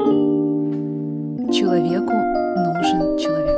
Человеку нужен человек.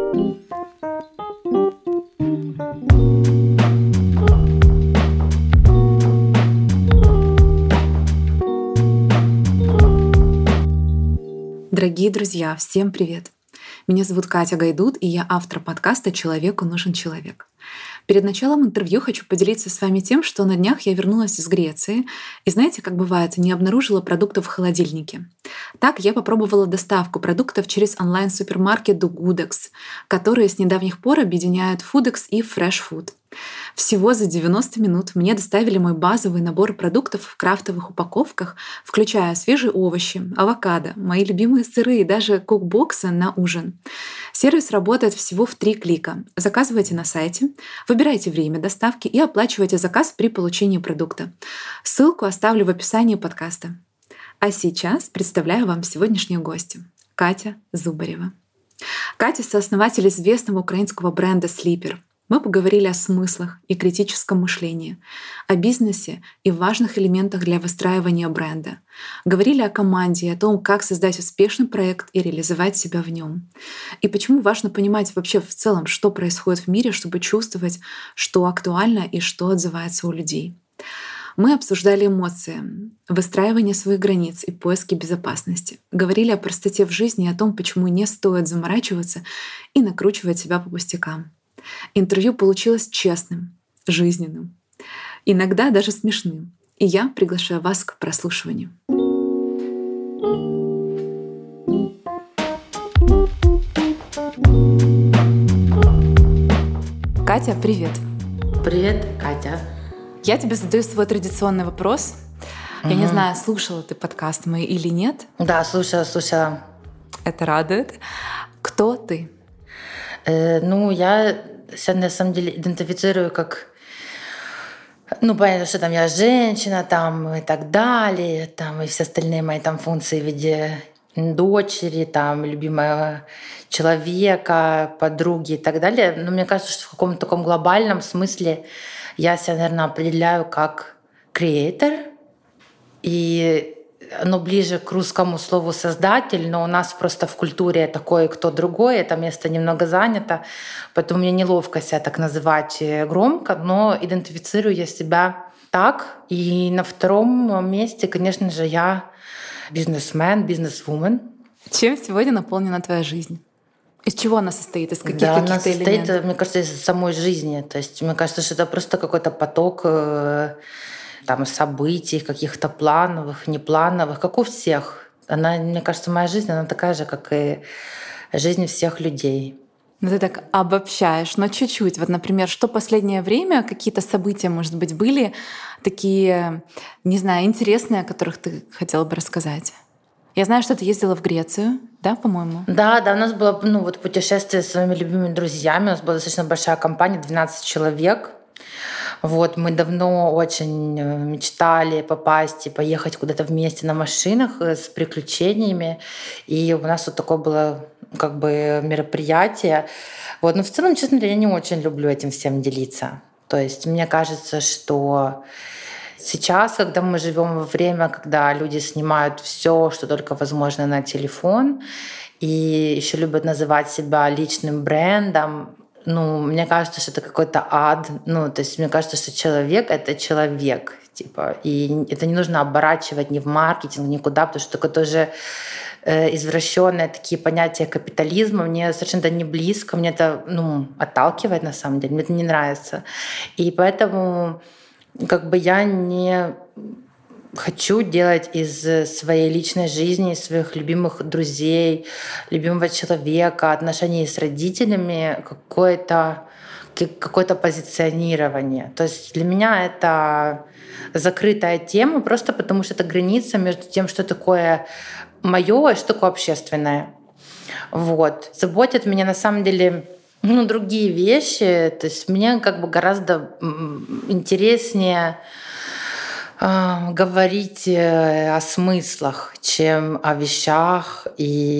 Дорогие друзья, всем привет! Меня зовут Катя Гайдут, и я автор подкаста «Человеку нужен человек». Перед началом интервью хочу поделиться с вами тем, что на днях я вернулась из Греции, и знаете, как бывает, не обнаружила продуктов в холодильнике. Так я попробовала доставку продуктов через онлайн-супермаркет Dogoodix, которые с недавних пор объединяют Foodex и Fresh Food. Всего за 90 минут мне доставили мой базовый набор продуктов в крафтовых упаковках, включая свежие овощи, авокадо, мои любимые сыры и даже кукбоксы на ужин. Сервис работает всего в 3 клика. Заказывайте на сайте, выбирайте время доставки и оплачивайте заказ при получении продукта. Ссылку оставлю в описании подкаста. А сейчас представляю вам сегодняшнюю гостью — Катя Зубарева. Катя — сооснователь известного украинского бренда Sleeper. Мы поговорили о смыслах и критическом мышлении, о бизнесе и важных элементах для выстраивания бренда. Говорили о команде и о том, как создать успешный проект и реализовать себя в нем. И почему важно понимать вообще в целом, что происходит в мире, чтобы чувствовать, что актуально и что отзывается у людей. Мы обсуждали эмоции, выстраивание своих границ и поиски безопасности. Говорили о простоте в жизни и о том, почему не стоит заморачиваться и накручивать себя по пустякам. Интервью получилось честным, жизненным, иногда даже смешным. И я приглашаю вас к прослушиванию. Катя, привет. Привет, Катя. Я тебе задаю свой традиционный вопрос. Я не знаю, слушала ты подкаст мой или нет. Да, слушала. Это радует. Кто ты? Я себя на самом деле идентифицирую как... понятно, что там я женщина, там и так далее, там и все остальные мои там функции в виде дочери, там, любимого человека, подруги и так далее. Но мне кажется, что в каком-то таком глобальном смысле я себя, наверное, определяю как креатор. И оно ближе к русскому слову «создатель», но у нас просто в культуре такое кто другой, это место немного занято, поэтому мне неловко себя так называть громко, но идентифицирую я себя так. И на втором месте, конечно же, я бизнесмен, бизнесвумен. Чем сегодня наполнена твоя жизнь? Из чего она состоит? Из каких Да, каких-то она состоит, элементов? мне кажется, из самой жизни. То есть мне кажется, что это просто какой-то поток там событий, каких-то плановых, неплановых, как у всех. Мне кажется, моя жизнь, она такая же, как и жизнь всех людей. Ты так обобщаешь, но чуть-чуть. Вот, например, что последнее время, какие-то события, может быть, были такие, не знаю, интересные, о которых ты хотела бы рассказать? Я знаю, что ты ездила в Грецию, да, по-моему? Да, у нас было путешествие с своими любимыми друзьями. У нас была достаточно большая компания, 12 человек. Мы давно очень мечтали попасть и поехать куда-то вместе на машинах с приключениями. И у нас такое было мероприятие. Но в целом, честно говоря, я не очень люблю этим всем делиться. То есть мне кажется, что сейчас, когда мы живем во время, когда люди снимают все, что только возможно на телефон, и еще любят называть себя личным брендом, мне кажется, что это какой-то ад. То есть мне кажется, что человек — это человек. И это не нужно оборачивать ни в маркетинг, никуда, потому что такое тоже извращенные такие понятия капитализма мне совершенно не близко, мне это отталкивает на самом деле, мне это не нравится. И поэтому я не хочу делать из своей личной жизни, из своих любимых друзей, любимого человека, отношений с родителями какое-то позиционирование. То есть для меня это закрытая тема просто потому, что это граница между тем, что такое моё и что такое общественное. Заботят меня на самом деле другие вещи. То есть мне гораздо интереснее говорить о смыслах, чем о вещах.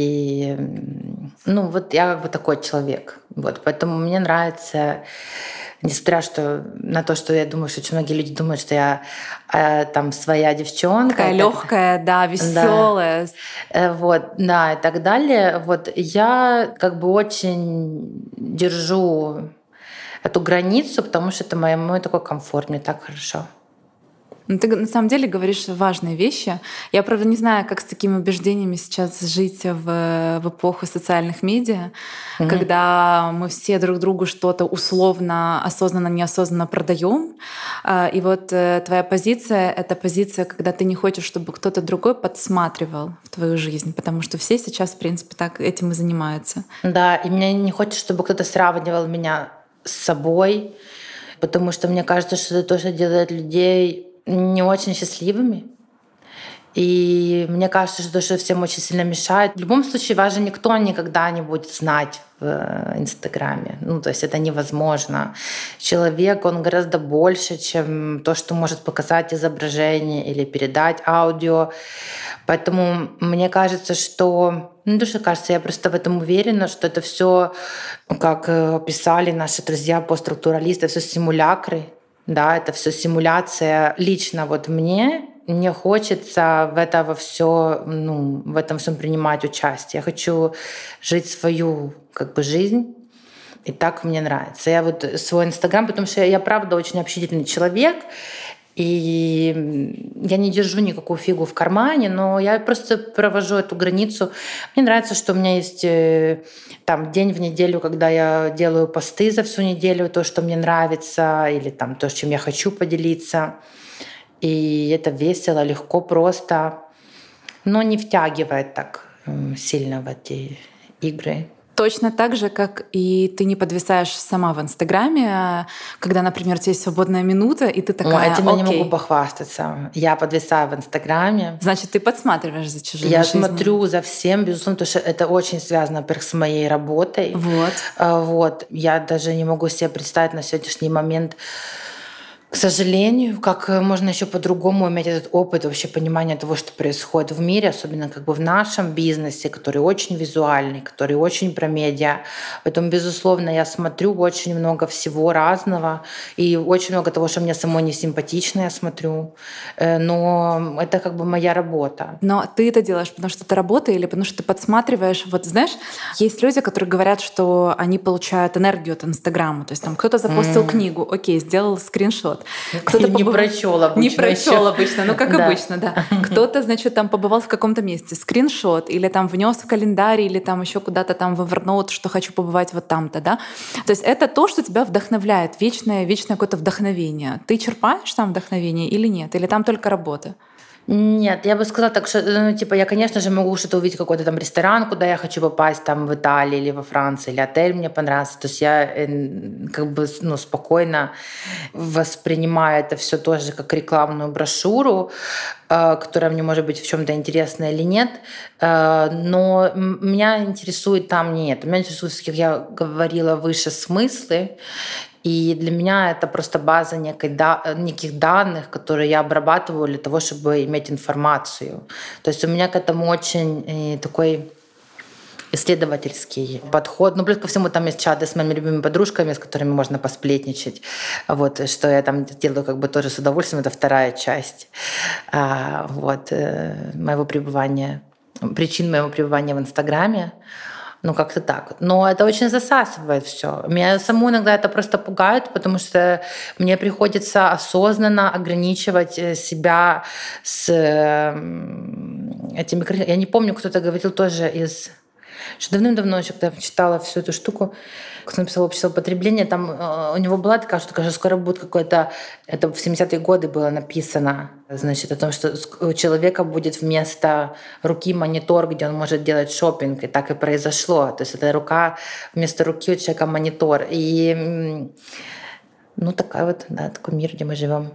И я такой человек. Поэтому мне нравится Несмотря на то, что я думаю, что очень многие люди думают, что я там своя девчонка. Такая легкая, да, веселая. Да. Вот, да, и так далее. Вот я как бы очень держу эту границу, потому что это мой такой комфорт, мне так хорошо. Ты на самом деле говоришь важные вещи. Я, правда, не знаю, как с такими убеждениями сейчас жить в эпоху социальных медиа, когда мы все друг другу что-то условно, осознанно, неосознанно продаем. И вот твоя позиция — это позиция, когда ты не хочешь, чтобы кто-то другой подсматривал в твою жизнь, потому что все сейчас, в принципе, так этим и занимаются. Да, и мне не хочется, чтобы кто-то сравнивал меня с собой, потому что мне кажется, что это тоже делает людей не очень счастливыми. И мне кажется, что это всем очень сильно мешает. В любом случае, вас же никто никогда не будет знать в Инстаграме. Ну, то есть это невозможно. Человек, он гораздо больше, чем то, что может показать изображение или передать аудио. Поэтому мне кажется, что... Ну, то, что кажется, я просто в этом уверена, что это все, как писали наши друзья постструктуралисты, все симулякры. Да, это все симуляция. Лично вот мне не хочется в этом всем принимать участие. Я хочу жить свою как бы жизнь, и так мне нравится. Я вот свой Инстаграм, потому что я правда очень общительный человек, и я не держу никакую фигу в кармане, но я просто провожу эту границу. Мне нравится, что у меня есть там день в неделю, когда я делаю посты за всю неделю, то, что мне нравится, или там то, с чем я хочу поделиться. И это весело, легко, просто, но не втягивает так сильно в эти игры. Точно так же, как и ты не подвисаешь сама в Инстаграме, когда, например, у тебя есть свободная минута, и ты такая: этим я не могу похвастаться. Я подвисаю в Инстаграме. Значит, ты подсматриваешь за чужими Я жизнями. смотрю за всем, безусловно, потому что это очень связано, во-первых, с моей работой. Вот. Я даже не могу себе представить на сегодняшний момент, к сожалению, как можно еще по-другому иметь этот опыт, вообще понимание того, что происходит в мире, особенно как бы в нашем бизнесе, который очень визуальный, который очень про медиа. Поэтому, безусловно, я смотрю очень много всего разного, и очень много того, что мне самой не симпатично, я смотрю. Но это как бы моя работа. Но ты это делаешь, потому что это работа или потому что ты подсматриваешь? Вот знаешь, есть люди, которые говорят, что они получают энергию от Инстаграма. То есть там кто-то запостил книгу, окей, сделал скриншот. Кто-то не прочел обычно. Не прочел обычно, ну как обычно, да. Кто-то, значит, там побывал в каком-то месте, скриншот, или там внес в календарь, или там еще куда-то там в Evernote, что хочу побывать вот там-то, да. То есть это то, что тебя вдохновляет, вечное какое-то вдохновение. Ты черпаешь там вдохновение или нет? Или там только работа? Нет, я бы сказала так, что, я, конечно же, могу что-то увидеть, какой-то там ресторан, куда я хочу попасть, там в Италии или во Франции, или отель мне понравился. То есть я как бы спокойно воспринимаю это все тоже как рекламную брошюру, которая мне может быть в чем-то интересна или нет. Но меня интересует там нет. Меня интересуют, как я говорила выше, смыслы. И для меня это просто база неких данных, которые я обрабатываю для того, чтобы иметь информацию. То есть у меня к этому очень такой исследовательский подход. Ну, плюс ко всему там есть чаты с моими любимыми подружками, с которыми можно посплетничать. Вот, что я там делаю как бы тоже с удовольствием. Это вторая часть моего пребывания, причин моего пребывания в Инстаграме. Ну, как-то так. Но это очень засасывает все. Меня саму иногда это просто пугает, потому что мне приходится осознанно ограничивать себя с этими... Я не помню, кто-то говорил тоже что давным-давно еще, когда я читала всю эту штуку, кто написал «Общество потребления», там у него была такая штука, что скоро будет какое-то... Это в 70-е годы было написано, значит, о том, что у человека будет вместо руки монитор, где он может делать шопинг. И так и произошло. То есть это рука, вместо руки у человека монитор. И такой мир, где мы живем.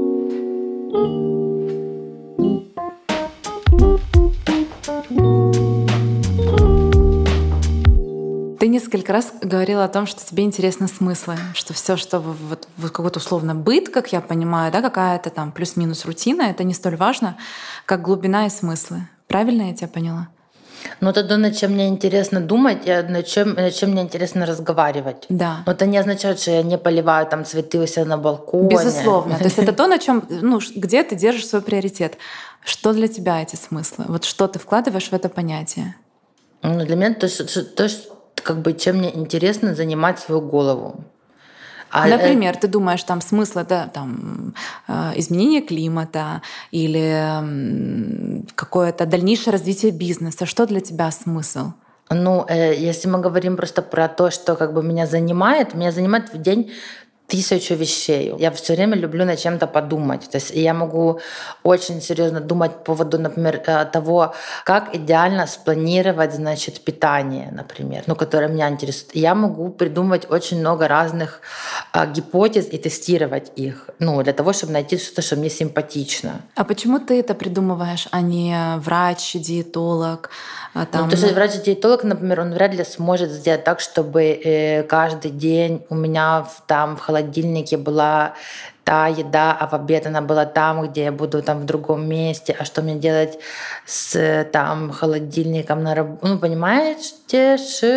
Ты несколько раз говорила о том, что тебе интересны смыслы, что все, что вот какой-то условно быт, как я понимаю, да, какая-то там плюс-минус рутина, это не столь важно, как глубина и смыслы. Правильно я тебя поняла? Ну, это то, над чем мне интересно думать, и над чем мне интересно разговаривать. Да. Но это не означает, что я не поливаю там цветы у себя на балконе. Безусловно. То есть это то, на чем, где ты держишь свой приоритет. Что для тебя эти смыслы? Вот что ты вкладываешь в это понятие? Ну, для меня как бы, чем мне интересно занимать свою голову. Например, ты думаешь, там смысл это там, изменение климата или какое-то дальнейшее развитие бизнеса. Что для тебя смысл? Ну, если мы говорим просто про то, что как бы меня занимает в день 1000 вещей. Я все время люблю над чем-то подумать. То есть я могу очень серьезно думать по поводу, например, того, как идеально спланировать, значит, питание, например, которое меня интересует. Я могу придумывать очень много разных гипотез и тестировать их, для того, чтобы найти что-то, что мне симпатично. А почему ты это придумываешь, а не врач, диетолог? Потому что врач-диетолог, например, он вряд ли сможет сделать так, чтобы каждый день у меня в холодильнике была та еда, а в обед она была там, где я буду там в другом месте. А что мне делать с там холодильником на работе? Ну, понимаете,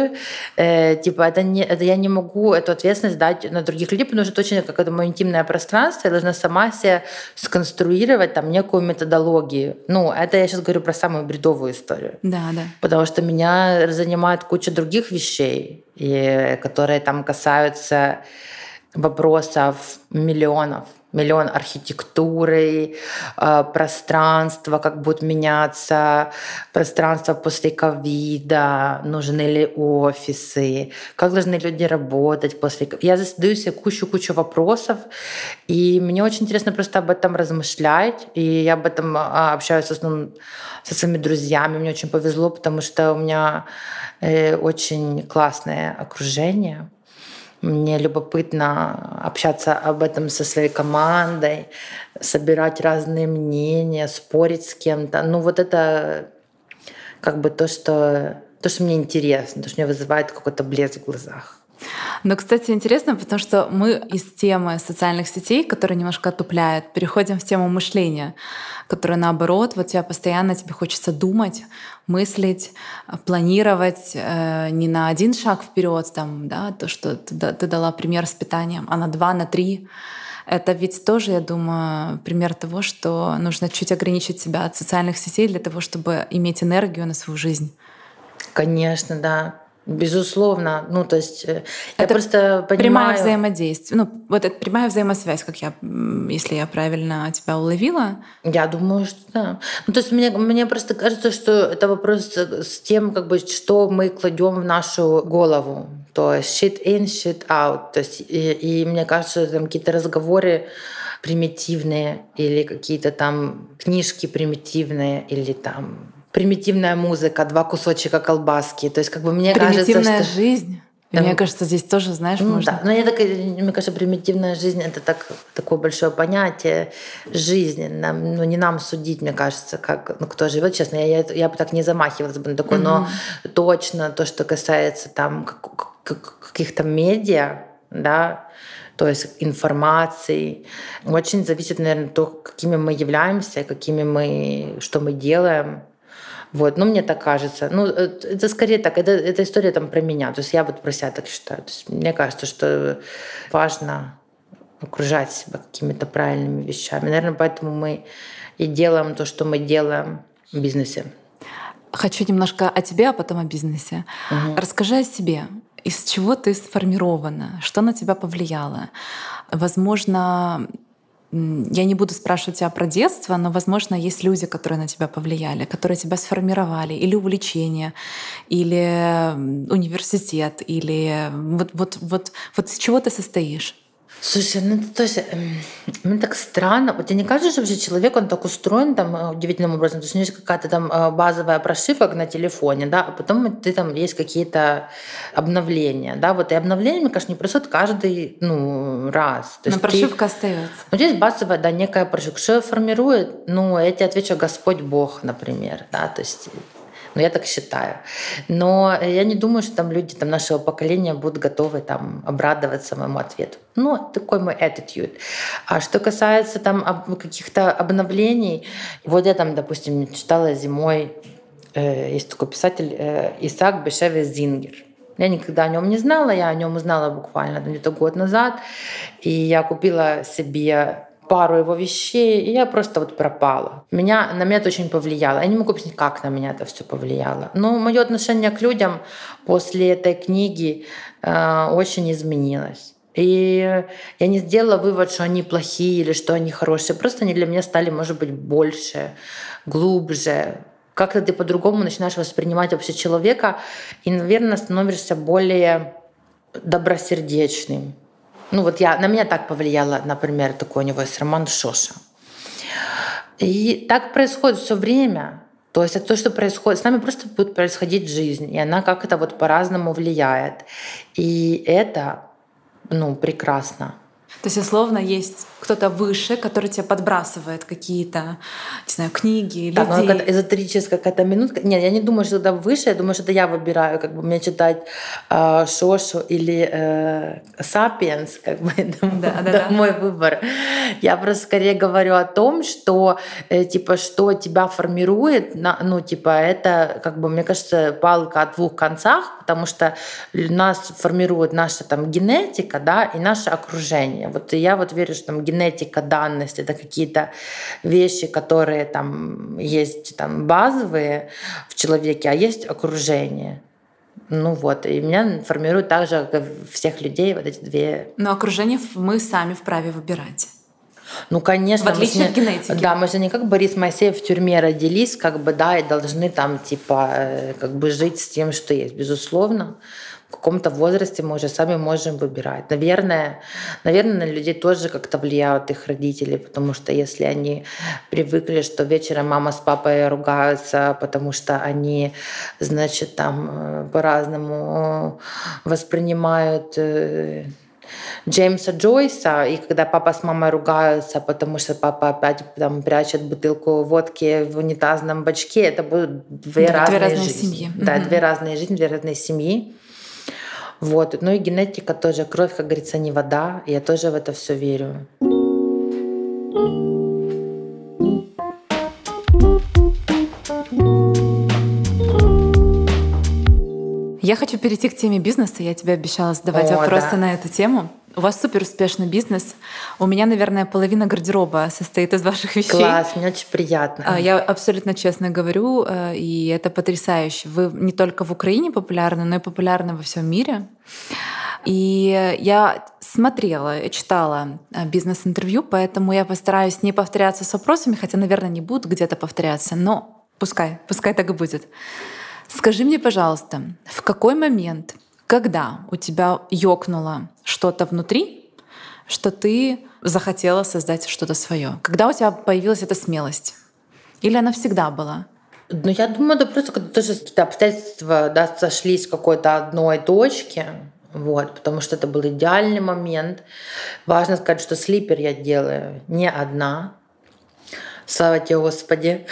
это я не могу эту ответственность дать на других людей, потому что это очень как это мое интимное пространство, я должна сама себе сконструировать там некую методологию. Это я сейчас говорю про самую бредовую историю. Да. Потому что меня занимает куча других вещей, которые там касаются вопросов миллион архитектуры, пространства, как будут меняться пространство после ковида, нужны ли офисы, как должны люди работать после ковида. Я задаю себе кучу вопросов, и мне очень интересно просто об этом размышлять, и я об этом общаюсь в основном со своими друзьями. Мне очень повезло, потому что у меня очень классное окружение. Мне любопытно общаться об этом со своей командой, собирать разные мнения, спорить с кем-то. Это как бы то, что мне интересно, то, что мне вызывает какой-то блеск в глазах. Но, кстати, интересно, потому что мы из темы социальных сетей, которая немножко отупляет, переходим в тему мышления, которая наоборот, тебе постоянно хочется думать, мыслить, планировать не на один шаг вперед, то, что ты дала пример с питанием, а на 2, на 3. Это ведь тоже, я думаю, пример того, что нужно чуть ограничить себя от социальных сетей для того, чтобы иметь энергию на свою жизнь. Конечно, да. Безусловно. То есть я просто понимаю... Прямое взаимодействие. Это прямая взаимосвязь, если я правильно тебя уловила. Я думаю, что да. То есть мне просто кажется, что это вопрос с тем, что мы кладем в нашу голову. То есть shit in, shit out. То есть, и мне кажется, там какие-то разговоры примитивные или какие-то там книжки примитивные или там примитивная музыка, 2 кусочка колбаски. То есть мне кажется, что... Примитивная жизнь. Мне кажется, здесь тоже, знаешь, можно... Да. Мне кажется, примитивная жизнь — это такое большое понятие жизни. Не нам судить, мне кажется, кто живет. Честно, я бы так не замахивалась бы на такое, но точно то, что касается там каких-то медиа, да, то есть информации, очень зависит, наверное, то, какими мы являемся, что мы делаем. Мне так кажется. Это скорее так. Это история там про меня. То есть я про себя так считаю. То есть мне кажется, что важно окружать себя какими-то правильными вещами. Наверное, поэтому мы и делаем то, что мы делаем в бизнесе. Хочу немножко о тебе, а потом о бизнесе. Угу. Расскажи о себе. Из чего ты сформирована? Что на тебя повлияло? Возможно, я не буду спрашивать тебя про детство, но, возможно, есть люди, которые на тебя повлияли, которые тебя сформировали, или увлечение, или университет, или вот с чего ты состоишь? Слушай, мне так странно. Тебе не кажется, что вообще человек, он так устроен там удивительным образом? То есть у него есть какая-то там базовая прошивка на телефоне, да, а потом есть какие-то обновления, да, и обновления, мне кажется, не происходит каждый раз. Но прошивка остается. Есть базовая, да, некая прошивка. Что ее формирует? Я тебе отвечу, Господь Бог, например, да, то есть... я так считаю. Но я не думаю, что там люди нашего поколения будут готовы обрадоваться моему ответу. Такой мой attitude. А что касается каких-то обновлений, я допустим, читала зимой Есть такой писатель Исаак Бешевес Зингер. Я никогда о нем не знала, я о нем узнала буквально где-то год назад. И я купила себе пару его вещей, и я просто вот пропала. На меня это очень повлияло. Я не могу объяснить, как на меня это все повлияло. Но мое отношение к людям после этой книги очень изменилось. И я не сделала вывод, что они плохие или что они хорошие. Просто они для меня стали, может быть, больше, глубже. Как-то ты по-другому начинаешь воспринимать вообще человека и, наверное, становишься более добросердечным. На меня так повлияло, например, такой у него есть роман «Шоша». И так происходит все время. То есть это то, что происходит. С нами просто будет происходить жизнь, и она как-то вот по-разному влияет. И это, прекрасно. То есть, условно, есть кто-то выше, который тебе подбрасывает какие-то, не знаю, книги, людей. Да, какая-то эзотерическая какая-то минутка. Нет, я не думаю, что это выше, я думаю, что это я выбираю, мне читать Шошу или Сапиенс, это мой выбор. Я просто скорее говорю о том, что что тебя формирует, это, мне кажется, палка о двух концах, потому что нас формирует наша генетика, да, и наше окружение. И я верю, что генетика, данность — это какие-то вещи, которые есть базовые в человеке, а есть окружение. И меня формирует так же, как и всех людей, эти две. Но окружение мы сами вправе выбирать. Конечно. В отличие от генетики. Да, мы же не как Борис Моисеев в тюрьме родились, и должны жить с тем, что есть. Безусловно, в каком-то возрасте мы уже сами можем выбирать. Наверное, на людей тоже как-то влияют их родители, потому что если они привыкли, что вечером мама с папой ругаются, потому что они, по-разному воспринимают Джеймса Джойса, и когда папа с мамой ругаются, потому что папа опять прячет бутылку водки в унитазном бачке, это будут две разные семьи. Да, две разные жизни, две разные семьи. И генетика тоже. Кровь, как говорится, не вода. Я тоже в это все верю. Я хочу перейти к теме бизнеса. Я тебе обещала задавать вопросы на эту тему. У вас супер успешный бизнес. У меня, наверное, половина гардероба состоит из ваших вещей. Класс, мне очень приятно. Я абсолютно честно говорю, и это потрясающе. Вы не только в Украине популярны, но и популярны во всем мире. И я смотрела, читала бизнес-интервью, поэтому я постараюсь не повторяться с вопросами, хотя, наверное, не буду где-то повторяться, но пускай так и будет. Скажи мне, пожалуйста, в какой момент, когда у тебя ёкнуло что-то внутри, что ты захотела создать что-то свое? Когда у тебя появилась эта смелость? Или она всегда была? Я думаю, это просто когда тоже обстоятельства сошлись в какой-то одной точке. Потому что это был идеальный момент. Важно сказать, что слипер я делаю не одна. Слава тебе, Господи.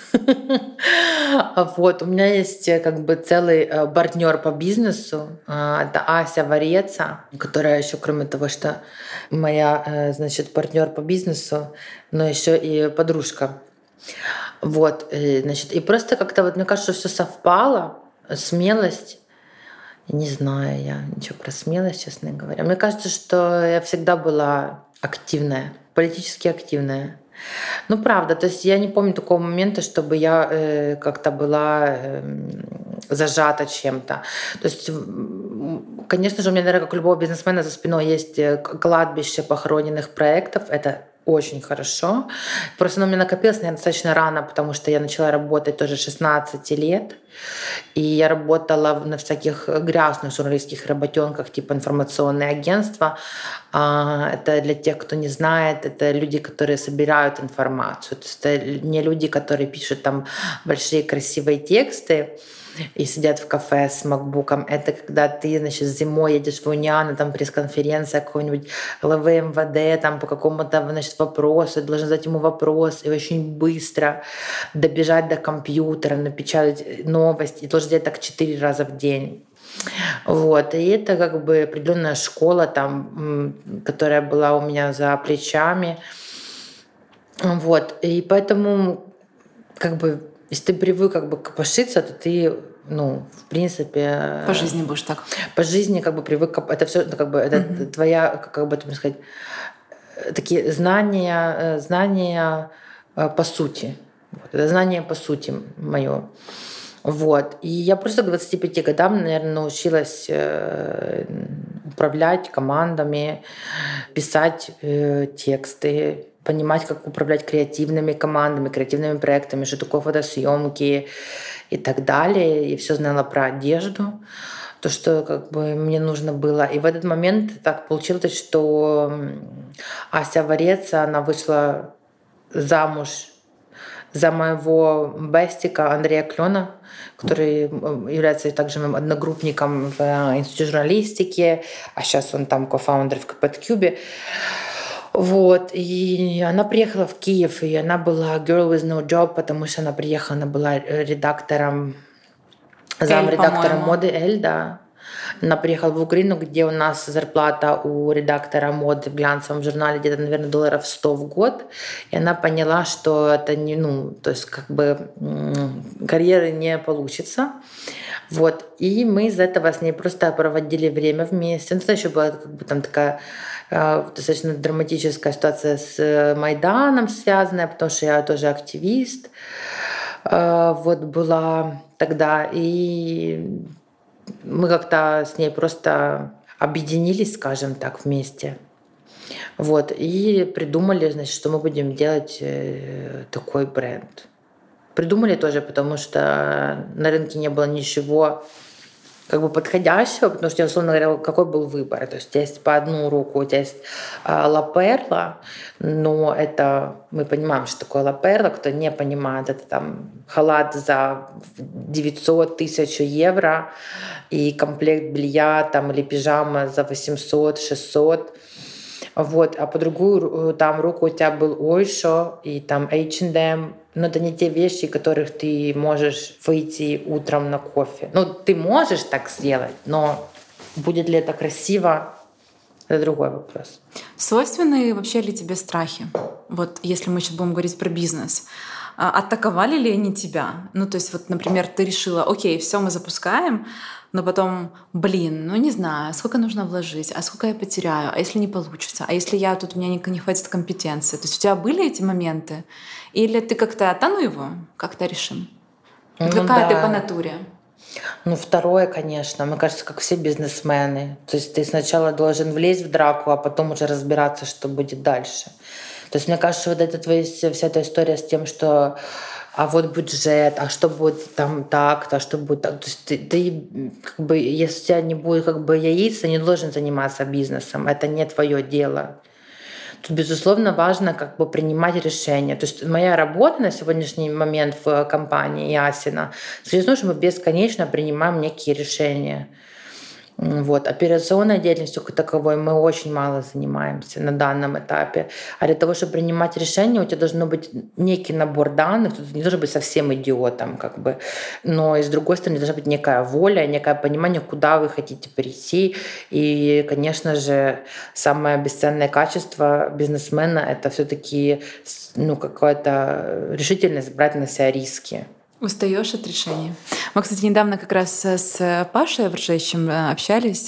У меня есть целый партнер по бизнесу. Это Ася Вареца, которая еще, кроме того, что моя, партнер по бизнесу, но еще и подружка. И просто как-то мне кажется, что все совпало. Смелость. Не знаю я ничего про смелость, честно говоря. Мне кажется, что я всегда была активная, политически активная. Правда, то есть я не помню такого момента, чтобы я как-то была зажата чем-то. То есть, конечно же, у меня, наверное, как у любого бизнесмена, за спиной есть кладбище похороненных проектов. Это очень хорошо. Просто оно у меня накопилось, наверное, достаточно рано, потому что я начала работать тоже 16 лет. И я работала на всяких грязных журналистских работенках, типа информационные агентства. Это для тех, кто не знает, это люди, которые собирают информацию. То есть это не люди, которые пишут там большие красивые тексты и сидят в кафе с макбуком. Это когда ты, зимой едешь в Униан, там пресс-конференция какой-нибудь главы МВД, там по какому-то, вопросу, ты должен задать ему вопрос и очень быстро добежать до компьютера, напечатать новость, и должен делать так 4 раза в день. И это определенная школа, которая была у меня за плечами. И поэтому Если ты привык как бы копошиться, то ты, ну, в принципе... По жизни будешь так. По жизни как бы привык... Это все как бы это твоя, как бы это можно сказать, такие знания по сути. Вот. Это знание по сути мое. Вот. И я просто к 25 годам, наверное, научилась управлять командами, писать тексты, понимать, как управлять креативными командами, креативными проектами, что такое фотосъемки и так далее. И все знала про одежду, то, что как бы мне нужно было. И в этот момент так получилось, что Ася Варец, она вышла замуж за моего бестика Андрея Клёна, который является также моим одногруппником в Институте журналистики, а сейчас он там кофаундер в Капэткюбе. Вот. И она приехала в Киев, и она была girl with no job, потому что она приехала, она была редактором, замредактором моды «Эль», да. Она приехала в Украину, где у нас зарплата у редактора моды в глянцевом журнале где-то, наверное, $100 в год. И она поняла, что это не, то есть как бы карьеры не получится. Вот. И мы из этого с ней просто проводили время вместе. Это еще была как бы там такая достаточно драматическая ситуация с Майданом связанная, потому что я тоже активист. Вот была тогда. И мы как-то с ней просто объединились, скажем так, вместе. Вот. И придумали, значит, что мы будем делать такой бренд. Придумали тоже, потому что на рынке не было ничего как бы подходящего, потому что я, условно говоря, какой был выбор. То есть у тебя есть по одну руку, у тебя есть Ла Перла, но это, мы понимаем, что такое Ла Перла, кто не понимает, это там халат за 900 тысяч евро и комплект белья там, или пижама за 800-600. Вот. А по другую там руку у тебя был Ойшо и там H&M. Но это не те вещи, которых ты можешь выйти утром на кофе. Ну, ты можешь так сделать, но будет ли это красиво, это другой вопрос. Свойственны вообще ли тебе страхи? Вот если мы сейчас будем говорить про бизнес. Атаковали ли они тебя? Ну, то есть вот, например, ты решила, окей, все, мы запускаем, но потом, не знаю, сколько нужно вложить, а сколько я потеряю, а если не получится, а если у меня не хватит компетенции. То есть у тебя были эти моменты? Или ты как-то, его, как-то решим? Какая ты по натуре? Второе, конечно. Мне кажется, как все бизнесмены. То есть ты сначала должен влезть в драку, а потом уже разбираться, что будет дальше. То есть мне кажется, вот эта вся эта история с тем, что а вот бюджет, а что будет там так-то, а что будет так. То есть ты как бы, если у тебя не будет как бы яиц, ты не должен заниматься бизнесом. Это не твое дело. Тут, безусловно, важно как бы принимать решения. То есть моя работа на сегодняшний момент в компании Ясина связана, что мы бесконечно принимаем некие решения. Вот. Операционной деятельностью как таковой мы очень мало занимаемся на данном этапе. А для того, чтобы принимать решения, у тебя должен быть некий набор данных. Ты не должен быть совсем идиотом, как бы. Но и с другой стороны, должна быть некая воля, некое понимание, куда вы хотите прийти. И, конечно же, самое бесценное качество бизнесмена — это все-таки какая-то решительность брать на себя риски. Устаешь от решений. Мы, кстати, недавно как раз с Пашей Вржещем общались,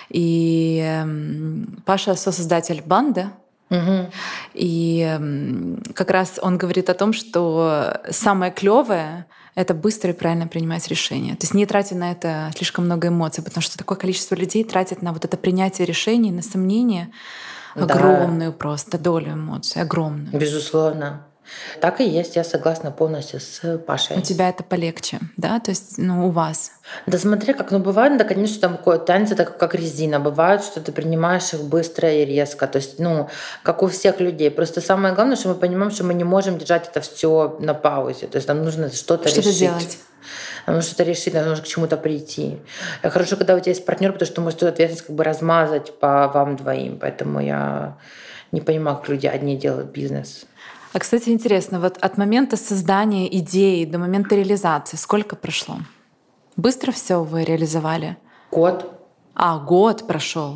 и Паша — сосоздатель банды. Угу. И как раз он говорит о том, что самое клевое — это быстро и правильно принимать решения. То есть не тратить на это слишком много эмоций, потому что такое количество людей тратит на вот это принятие решений, на сомнения огромную просто долю эмоций, огромную. Безусловно. Так и есть, я согласна полностью с Пашей. У тебя это полегче, да? То есть, у вас? Да смотри, как, бывает, да, конечно, там тянется так, как резина. Бывает, что ты принимаешь их быстро и резко. То есть, как у всех людей. Просто самое главное, что мы понимаем, что мы не можем держать это все на паузе. То есть нам нужно что-то решить. Делать. Нам нужно что-то решить, нам нужно к чему-то прийти. Хорошо, когда у тебя есть партнер, потому что ты можешь эту ответственность как бы размазать по вам двоим. Поэтому я не понимаю, как люди одни делают бизнес. А, кстати, интересно, вот от момента создания идеи до момента реализации сколько прошло? Быстро все вы реализовали? Год. Год прошел.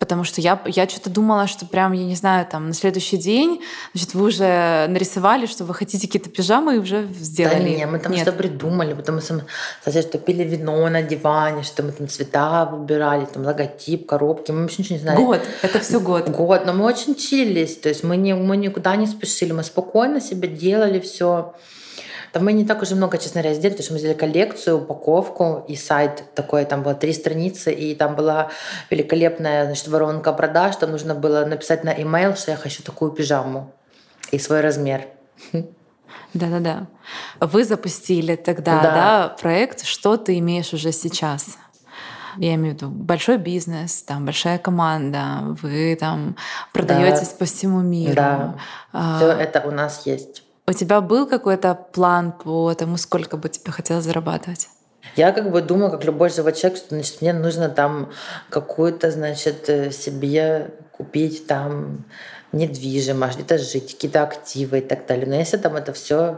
Потому что я что-то думала, что прям, я не знаю, там на следующий день, значит, вы уже нарисовали, что вы хотите какие-то пижамы и уже сделали. Да не, мы там что придумали, потом мы кстати, что пили вино на диване, что мы там цвета выбирали, там логотип, коробки, мы вообще ничего не знали. Год, это все год. Год, но мы очень чилились, то есть мы никуда не спешили, мы спокойно себе делали все. Там мы не так уже много, честно говоря, сделали, потому что мы сделали коллекцию, упаковку и сайт такой, там было 3 страницы, и там была великолепная, значит, воронка продаж, там нужно было написать на email, что я хочу такую пижаму и свой размер. Да-да-да. Вы запустили тогда проект, что ты имеешь уже сейчас? Я имею в виду большой бизнес, там большая команда, вы там продаетесь по всему миру. Да, все это у нас есть. У тебя был какой-то план по тому, сколько бы тебе хотелось зарабатывать? Я думаю, как любой живой человек, что значит, мне нужно там какую-то, значит, себе купить там недвижимость, где-то жить, какие-то активы и так далее. Но если там это все,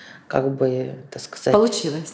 так сказать... Получилось.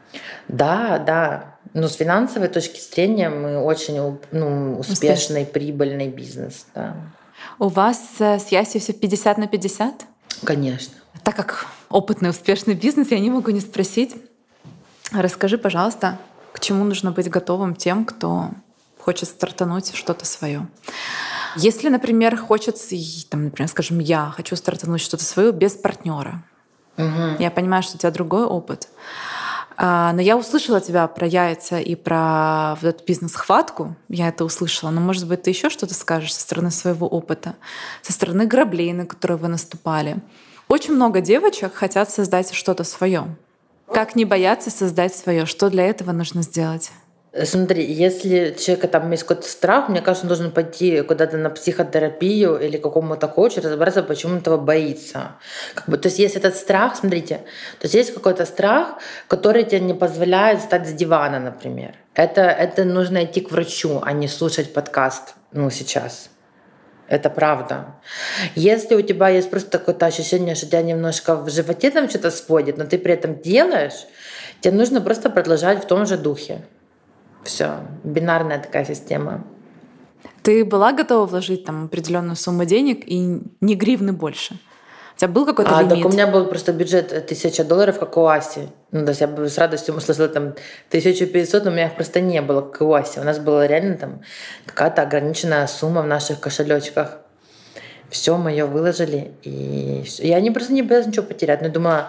Да. Но с финансовой точки зрения мы очень успешный, прибыльный бизнес. Да. У вас с Ясей все 50/50? Конечно. Так как опытный, успешный бизнес, я не могу не спросить. Расскажи, пожалуйста, к чему нужно быть готовым тем, кто хочет стартануть что-то свое. Если, например, хочется, там, например, скажем, я хочу стартануть что-то свое без партнера. Я понимаю, что у тебя другой опыт. Но я услышала тебя про яйца и про вот эту бизнес-хватку. Я это услышала. Но, может быть, ты еще что-то скажешь со стороны своего опыта, со стороны граблей, на которые вы наступали. Очень много девочек хотят создать что-то свое. Как не бояться создать свое? Что для этого нужно сделать? Смотри, если у человека там есть какой-то страх, мне кажется, он должен пойти куда-то на психотерапию или какому-то коучу, разобраться, почему он этого боится. То есть есть этот страх, смотрите, то есть есть какой-то страх, который тебе не позволяет встать с дивана, например. Это нужно идти к врачу, а не слушать подкаст сейчас. Это правда. Если у тебя есть просто какое-то ощущение, что тебя немножко в животе там что-то сводит, но ты при этом делаешь, тебе нужно просто продолжать в том же духе. Все, бинарная такая система. Ты была готова вложить там определенную сумму денег и не гривны больше? У тебя был какой-то лимит? Так у меня был просто бюджет $1000, как у Аси. То есть я бы с радостью сложила там 1500, но у меня их просто не было, как у Аси. У нас была реально там какая-то ограниченная сумма в наших кошелечках. Все, мы ее выложили. И я просто не боялась ничего потерять. Но думала,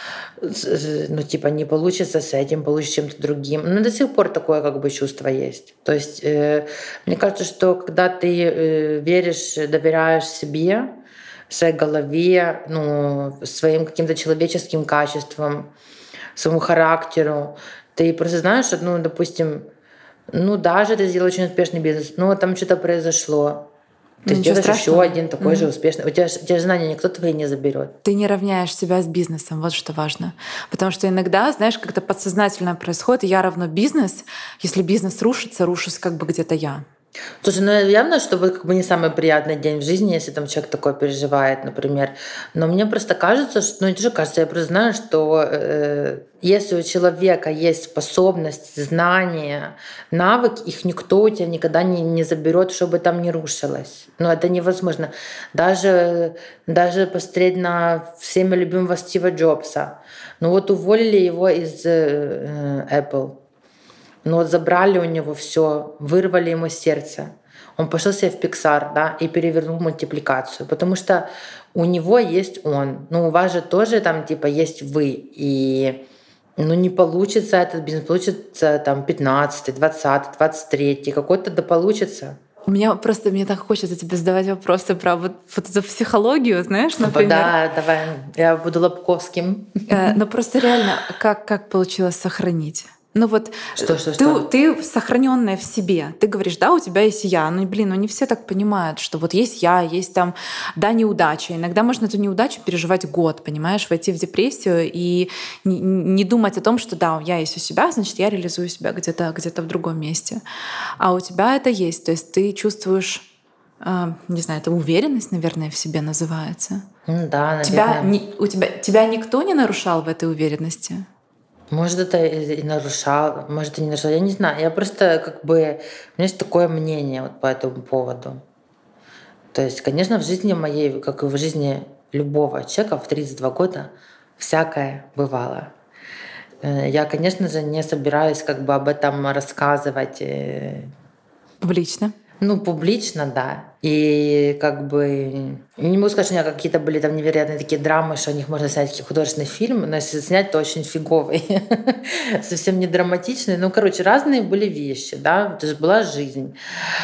не получится с этим, получится чем-то другим. Но до сих пор такое чувство есть. То есть мне кажется, что когда ты веришь, доверяешь себе, своей голове, своим каким-то человеческим качествам, своему характеру, ты просто знаешь, что, допустим, даже ты сделал очень успешный бизнес, там что-то произошло. Ты сделаешь еще один такой же успешный. У тебя же знания никто твои не заберет. Ты не равняешь себя с бизнесом, вот что важно. Потому что иногда, знаешь, как-то подсознательно происходит, я равно бизнес. Если бизнес рушится, рушусь где-то я. Слушай, явно, что не самый приятный день в жизни, если там человек такое переживает, например. Но мне просто кажется, что, не тоже кажется, я просто знаю, что если у человека есть способность, знания, навык, их никто у тебя никогда не заберет, чтобы там не рушилось. Это невозможно. Даже посмотреть на всеми любимого Стива Джобса. Уволили его из Apple. Забрали у него все, вырвали ему сердце. Он пошел себе в Pixar, да, и перевернул мультипликацию, потому что у него есть он. У вас же тоже там есть вы. И не получится этот бизнес, получится там 15, 20, 23, какой-то да получится. Мне так хочется тебе задавать вопросы про вот эту психологию, знаешь, например. Да, давай, я буду Лобковским. Но просто реально, как получилось сохранить? Что? Ты сохраненная в себе. Ты говоришь, да, у тебя есть я. Не все так понимают, что вот есть я, есть там, неудача. Иногда можно эту неудачу переживать год, понимаешь, войти в депрессию и не думать о том, что да, я есть у себя, значит, я реализую себя где-то в другом месте. А у тебя это есть. То есть ты чувствуешь, не знаю, это уверенность, наверное, в себе называется. Да, наверное. Тебя никто не нарушал в этой уверенности? Может, это и нарушал, может, и не нарушал. Я не знаю. Я просто как бы... У меня есть такое мнение вот по этому поводу. То есть, конечно, в жизни моей, как и в жизни любого человека в 32 года, всякое бывало. Я, конечно же, не собираюсь как бы об этом рассказывать. Публично. Ну, публично, да. И как бы не могу сказать, что у меня какие-то были там невероятные такие драмы, что о них можно снять художественный фильм, но если снять, то очень фиговый, совсем не драматичный. Ну, короче, разные были вещи, да, это же была жизнь.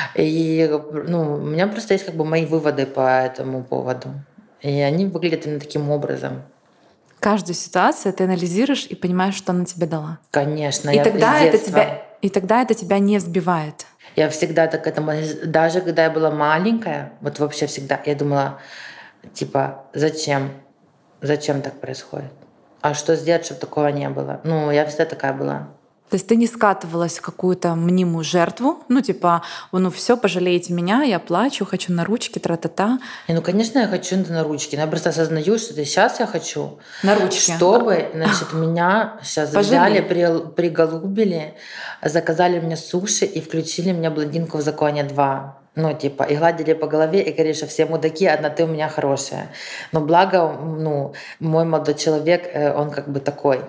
И ну, у меня просто есть как бы мои выводы по этому поводу. И они выглядят именно таким образом. Каждую ситуацию ты анализируешь и понимаешь, что она тебе дала. Конечно, И я тогда из детства... это тебя не взбивает. Я всегда так к этому... Даже когда я была маленькая, вот вообще всегда, я думала, типа, зачем? Зачем так происходит? А что сделать, чтобы такого не было? Ну, я всегда такая была. То есть ты не скатывалась в какую-то мнимую жертву, ну типа, ну все, пожалейте меня, я плачу, хочу на ручки, тра-та-та. И, ну, конечно, я хочу на ручки, но я просто осознаю, что сейчас я хочу, На ручки. чтобы, значит, меня сейчас взяли, приголубили, заказали мне суши и включили мне «Блондинку в законе 2». Ну, типа, и гладили по голове, и говорили, что все мудаки, одна ты у меня хорошая. Но благо, ну, мой молодой человек, он как бы такой.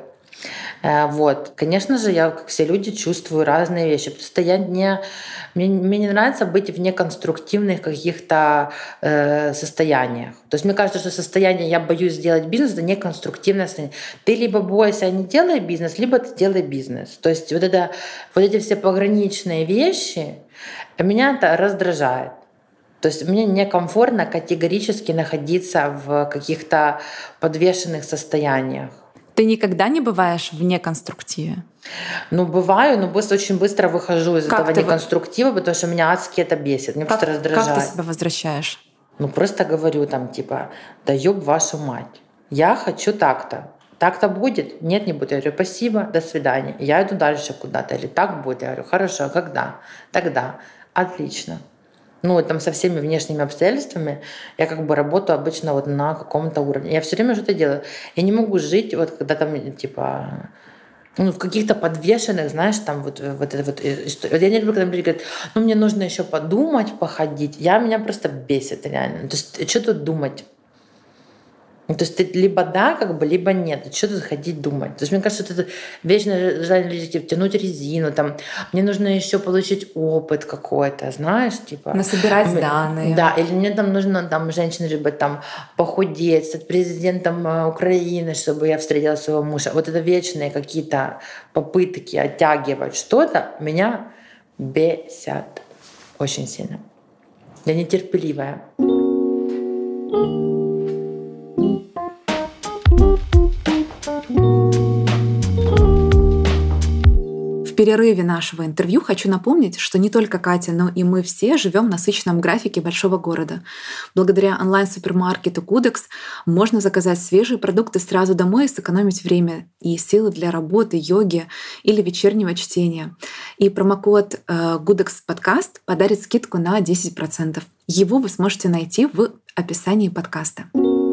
Вот. Конечно же, я, как все люди, чувствую разные вещи. Просто мне не нравится быть в неконструктивных каких-то состояниях. То есть мне кажется, что состояние «я боюсь сделать бизнес» — это неконструктивное состояние. Ты либо бойся и не делай бизнес, либо ты делай бизнес. То есть вот эти все пограничные вещи меня это раздражает. То есть мне некомфортно категорически находиться в каких-то подвешенных состояниях. Ты никогда не бываешь вне конструктиве? Ну, бываю, но очень быстро выхожу из этого неконструктива, потому что меня адски это бесит. Мне просто раздражает. Как ты себя возвращаешь? Ну, просто говорю там, типа, да ёб вашу мать. Я хочу так-то. Так-то будет? Нет, не будет. Я говорю, спасибо, до свидания. Я иду дальше куда-то. Или так будет? Я говорю, хорошо, когда? Тогда. Отлично. Ну, там со всеми внешними обстоятельствами я как бы работаю обычно вот на каком-то уровне. Я все время что-то делаю. Я не могу жить, вот когда там, типа, ну, в каких-то подвешенных, знаешь, там вот это вот. Вот я не люблю, когда люди говорят, ну, мне нужно еще подумать, походить. Меня просто бесит реально. То есть, что тут думать? Ну, то есть ты либо да, как бы, либо нет. Что тут ходить думать? То есть мне кажется, что это вечное желание людей тянуть резину, там, мне нужно еще получить опыт какой-то, знаешь, типа. Насобирать данные. Да, или мне там нужно, там, женщины любят там похудеть, стать президентом Украины, чтобы я встретила своего мужа. Вот это вечные какие-то попытки оттягивать что-то меня бесят очень сильно. Я нетерпеливая. В перерыве нашего интервью хочу напомнить, что не только Катя, но и мы все живем в насыщенном графике большого города. Благодаря онлайн-супермаркету Кудекс можно заказать свежие продукты сразу домой и сэкономить время и силы для работы, йоги или вечернего чтения. И промокод Кудекс подкаст подарит скидку на 10%. Его вы сможете найти в описании подкаста.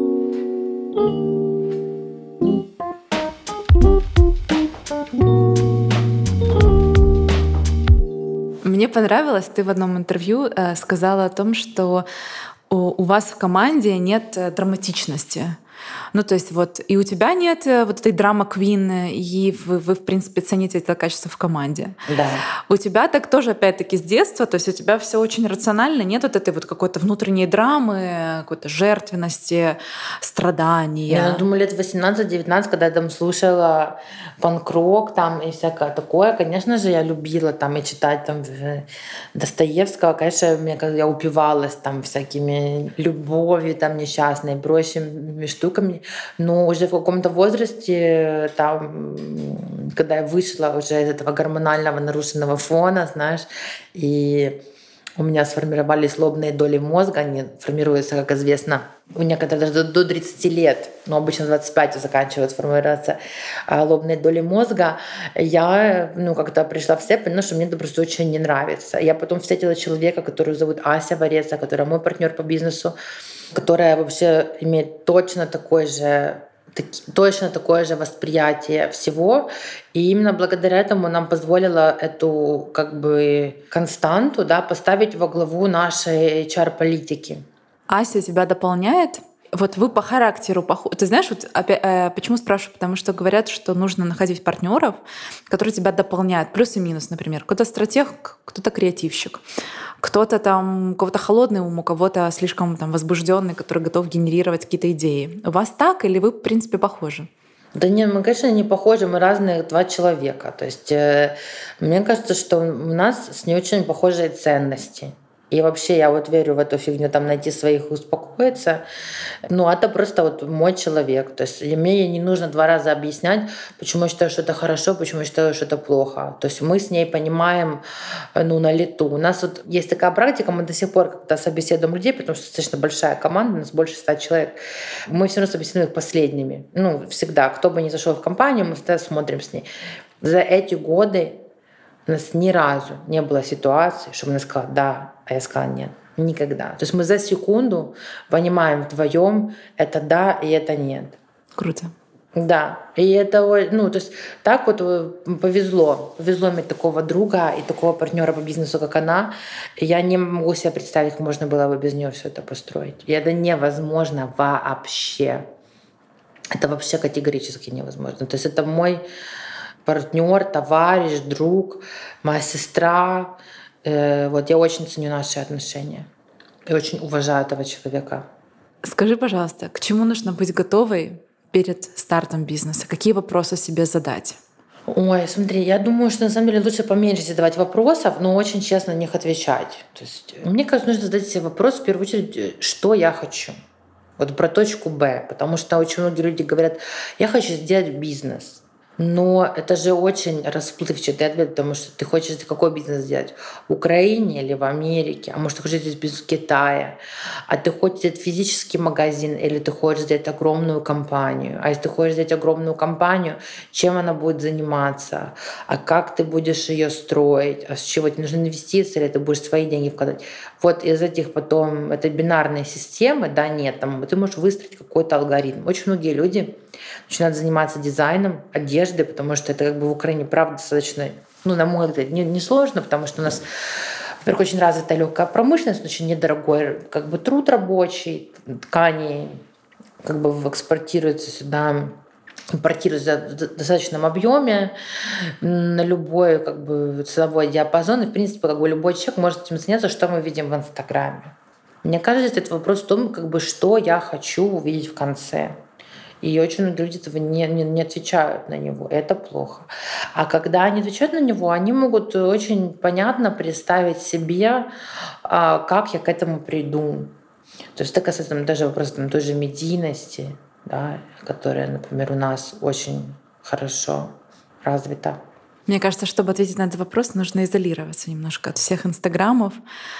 Мне понравилось, ты в одном интервью сказала о том, что у вас в команде нет драматичности. Ну, то есть вот и у тебя нет вот этой драма-квин, и вы, в принципе, цените это качество в команде. Да. У тебя так тоже, опять-таки, с детства, то есть у тебя все очень рационально, нет вот этой вот какой-то внутренней драмы, какой-то жертвенности, страдания. Я думаю, лет 18-19, когда я там слушала панк-рок там и всякое такое, конечно же, я любила там и читать там Достоевского, конечно, я упивалась там всякими любовью там несчастной, прочими штуками, но уже в каком-то возрасте, там, когда я вышла уже из этого гормонального нарушенного фона, знаешь, и у меня сформировались лобные доли мозга, они формируются, как известно, у некоторых даже до 30 лет, но обычно 25 заканчивают формироваться лобные доли мозга. Я как-то пришла в себя, поняла, что мне это просто очень не нравится. Я потом встретила человека, которого зовут Ася Вареца, которая мой партнер по бизнесу, которая вообще имеет точно такой же точно такое же восприятие всего. И именно благодаря этому нам позволило эту как бы константу, да, поставить во главу нашей HR-политики. Ася тебя дополняет? Вот вы по характеру похожи. Ты знаешь, вот почему спрашиваю? Потому что говорят, что нужно находить партнеров, которые тебя дополняют. Плюс и минус, например. Кто-то стратег, кто-то креативщик. Кто-то там, у кого-то холодный ум, у кого-то слишком там возбужденный, который готов генерировать какие-то идеи. У вас так или вы, в принципе, похожи? Да нет, мы, конечно, не похожи, мы разные два человека. То есть мне кажется, что у нас с ней очень похожие ценности. И вообще я вот верю в эту фигню, там найти своих и успокоиться. Ну, это просто вот мой человек. То есть мне не нужно 2 раза объяснять, почему я считаю, что это хорошо, почему я считаю, что это плохо. То есть мы с ней понимаем, ну, на лету. У нас вот есть такая практика, мы до сих пор когда собеседуем людей, потому что достаточно большая команда, у нас больше 100 человек, мы все равно собеседуем их последними. Ну, всегда. Кто бы ни зашел в компанию, мы всегда смотрим с ней. За эти годы у нас ни разу не было ситуации, чтобы она сказала «да», а я сказала «нет». Никогда. То есть мы за секунду понимаем вдвоем это «да» и это «нет». Круто. Да. И это, ну, то есть так вот повезло. Повезло иметь такого друга и такого партнера по бизнесу, как она. Я не могу себе представить, как можно было бы без нее все это построить. И это невозможно вообще. Это вообще категорически невозможно. То есть это мой партнер, товарищ, друг, моя сестра. Вот я очень ценю наши отношения и очень уважаю этого человека. Скажи, пожалуйста, к чему нужно быть готовой перед стартом бизнеса? Какие вопросы себе задать? Ой, смотри, я думаю, что на самом деле лучше поменьше задавать вопросов, но очень честно на них отвечать. То есть, мне кажется, нужно задать себе вопрос в первую очередь, что я хочу. Вот про точку Б, потому что очень многие люди говорят, я хочу сделать бизнес. Но это же очень расплывчатый ответ, потому что ты хочешь какой бизнес сделать? В Украине или в Америке? А может, ты хочешь сделать бизнес в Китае? А ты хочешь сделать физический магазин или ты хочешь сделать огромную компанию? А если ты хочешь сделать огромную компанию, чем она будет заниматься? А как ты будешь ее строить? А с чего? Тебе нужны инвестиции или ты будешь свои деньги вкладывать? Вот из этих потом, это бинарные системы, да, нет, там ты можешь выстроить какой-то алгоритм. Очень многие люди начинают заниматься дизайном одежды, потому что это как бы в Украине, правда, достаточно, ну, на мой взгляд, не сложно, потому что у нас, во-первых, очень развитая легкая промышленность, очень недорогой как бы труд рабочий, ткани как бы экспортируются сюда, импортируются в достаточном объеме на любой как бы ценовой диапазон. И, в принципе, как бы любой человек может этим заняться, что мы видим в Инстаграме. Мне кажется, это вопрос в том, как бы, что я хочу увидеть в конце. И очень многие люди этого не отвечают на него. Это плохо. А когда они отвечают на него, они могут очень понятно представить себе, как я к этому приду. То есть это касается даже вопроса той же медийности, да, которая, например, у нас очень хорошо развита. Мне кажется, чтобы ответить на этот вопрос, нужно изолироваться немножко от всех инстаграмов.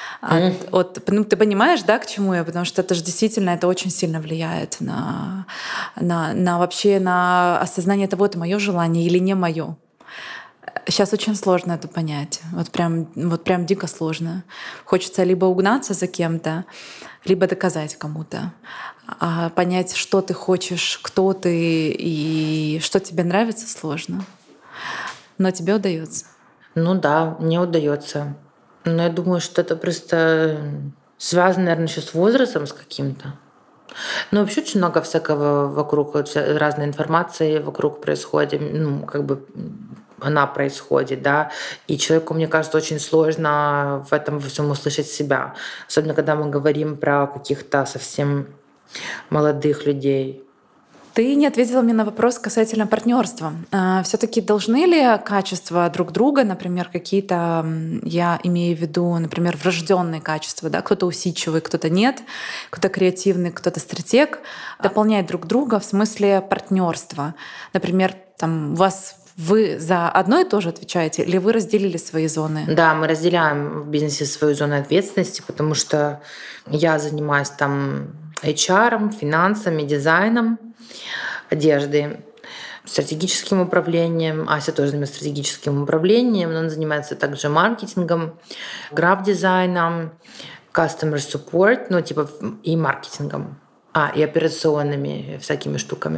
Ну, ты понимаешь, да, к чему я? Потому что это же действительно это очень сильно влияет на вообще на осознание того, это мое желание или не мое. Сейчас очень сложно это понять. Вот прям дико сложно. Хочется либо угнаться за кем-то, либо доказать кому-то. А понять, что ты хочешь, кто ты и что тебе нравится, сложно. Но тебе удается. Ну да, мне удается. Но я думаю, что это просто связано, наверное, еще с возрастом с каким-то. Но вообще очень много всякого вокруг, разной информации вокруг происходит, ну, как бы она происходит, да, и человеку, мне кажется, очень сложно в этом во всем услышать себя. Особенно, когда мы говорим про каких-то совсем молодых людей. Ты не ответила мне на вопрос касательно партнерства. Все-таки должны ли качества друг друга, например, какие-то, я имею в виду, например, врожденные качества, да, кто-то усидчивый, кто-то нет, кто-то креативный, кто-то стратег, дополнять друг друга в смысле партнерства. Например, там вы за одно и то же отвечаете, или вы разделили свои зоны? Да, мы разделяем в бизнесе свою зону ответственности, потому что я занимаюсь там HR, финансами, дизайном одежды, стратегическим управлением. Ася тоже занимается стратегическим управлением, но она занимается также маркетингом, граф-дизайном, customer support, ну типа и маркетингом, и операционными всякими штуками.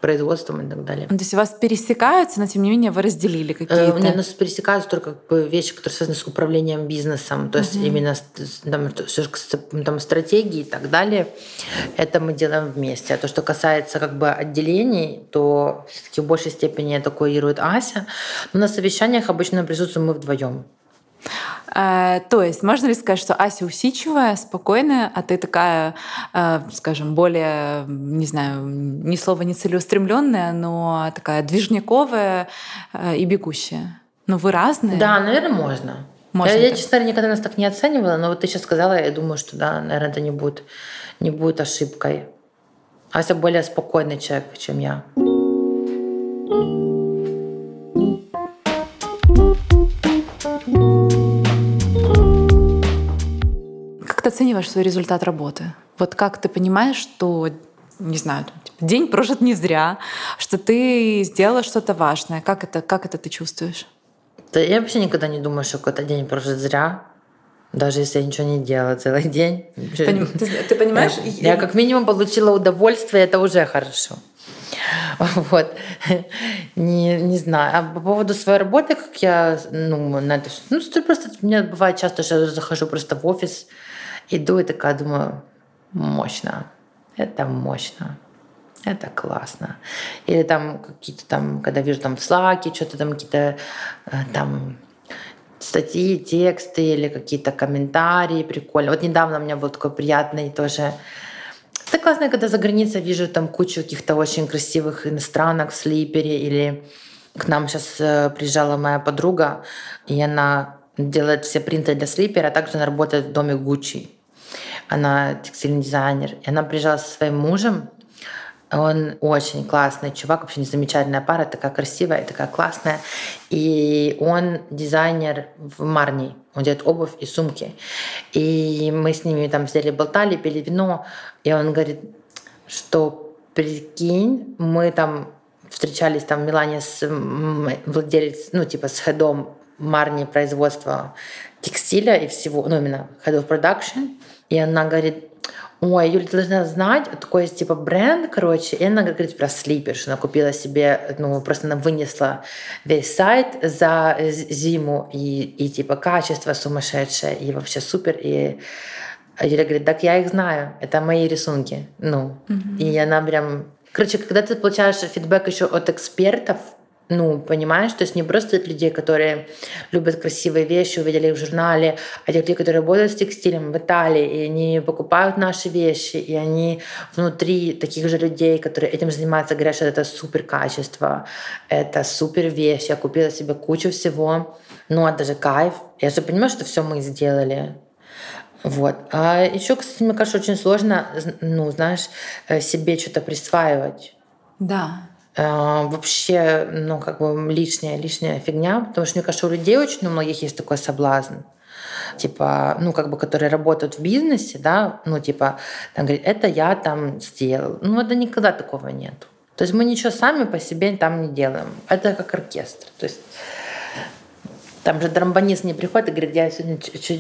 производством и так далее. То есть у вас пересекаются, но тем не менее вы разделили какие-то? У нас пересекаются только вещи, которые связаны с управлением бизнесом, то есть именно там, стратегии и так далее. Это мы делаем вместе. А то, что касается отделений, то все-таки в большей степени это курирует Ася. Но на совещаниях обычно присутствуем мы вдвоем. То есть можно ли сказать, что Ася усидчивая, спокойная, а ты такая, скажем, более, не знаю, ни слова не целеустремленная, но такая движниковая и бегущая? Ну, вы разные? Да, наверное, можно. Я, честно говоря, никогда нас так не оценивала, но вот ты сейчас сказала, я думаю, что да, наверное, это не будет ошибкой. Ася более спокойный человек, чем я. Как ты оцениваешь свой результат работы? Вот как ты понимаешь, что, не знаю, день прожит не зря, что ты сделала что-то важное? Как это ты чувствуешь? Да я вообще никогда не думаю, что какой-то день прожит зря. Даже если я ничего не делала целый день. Ты понимаешь? Я как минимум получила удовольствие, это уже хорошо. Вот. Не знаю. А по поводу своей работы, как я на это... просто у меня бывает часто, что я захожу просто в офис, иду и такая думаю, мощно. Это мощно. Это классно. Или там какие-то там, когда вижу там в Slack, что-то там какие-то там статьи, тексты или какие-то комментарии прикольно. Вот недавно у меня был такой приятный тоже. Это классно, когда за границей вижу там кучу каких-то очень красивых иностранок в Слипере. Или к нам сейчас приезжала моя подруга, и она делает все принты для Слипера, а также она работает в доме Gucci. Она текстильный дизайнер. И она приезжала со своим мужем. Он очень классный чувак, вообще замечательная пара, такая красивая и такая классная. И он дизайнер в Марни. Он делает обувь и сумки. И мы с ними там сидели, болтали, пили вино. И он говорит, что прикинь, мы там встречались там в Милане с владельцем, с хедом Марни производства текстиля и всего, именно head of production. И она говорит, ой, Юля, ты должна знать, такой есть бренд, и она говорит про Слипер, что она купила себе, просто она вынесла весь сайт за зиму, и качество сумасшедшее, и вообще супер, и Юля говорит, так я их знаю, это мои рисунки, и она прям... когда ты получаешь фидбэк еще от экспертов, понимаешь, то есть не просто от людей, которые любят красивые вещи, увидели их в журнале, а тех людей, которые работают с текстилем в Италии, и они покупают наши вещи, и они внутри таких же людей, которые этим занимаются, говорят, что это супер качество, это супер вещь, я купила себе кучу всего, это же кайф. Я же понимаю, что все мы сделали. Вот. А еще, кстати, мне кажется, очень сложно, себе что-то присваивать. Да. Вообще, лишняя фигня, потому что, мне кажется, у людей очень у многих есть такой соблазн, которые работают в бизнесе, да, там говорят, это я там сделал. Это никогда такого нету. То есть мы ничего сами по себе там не делаем. Это как оркестр. То есть там же драмбанист не приходит и говорит, я сегодня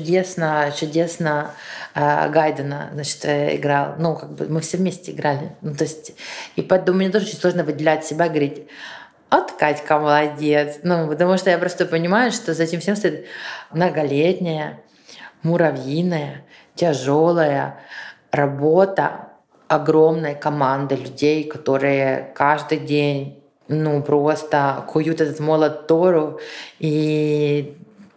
чудесно Гайдена, играл. Мы все вместе играли. И поэтому мне тоже очень сложно выделять себя и говорить, вот Катька молодец. Потому что я просто понимаю, что за этим всем стоит многолетняя, муравьиная, тяжелая работа огромной команды людей, которые каждый день просто куют этот молот Тору и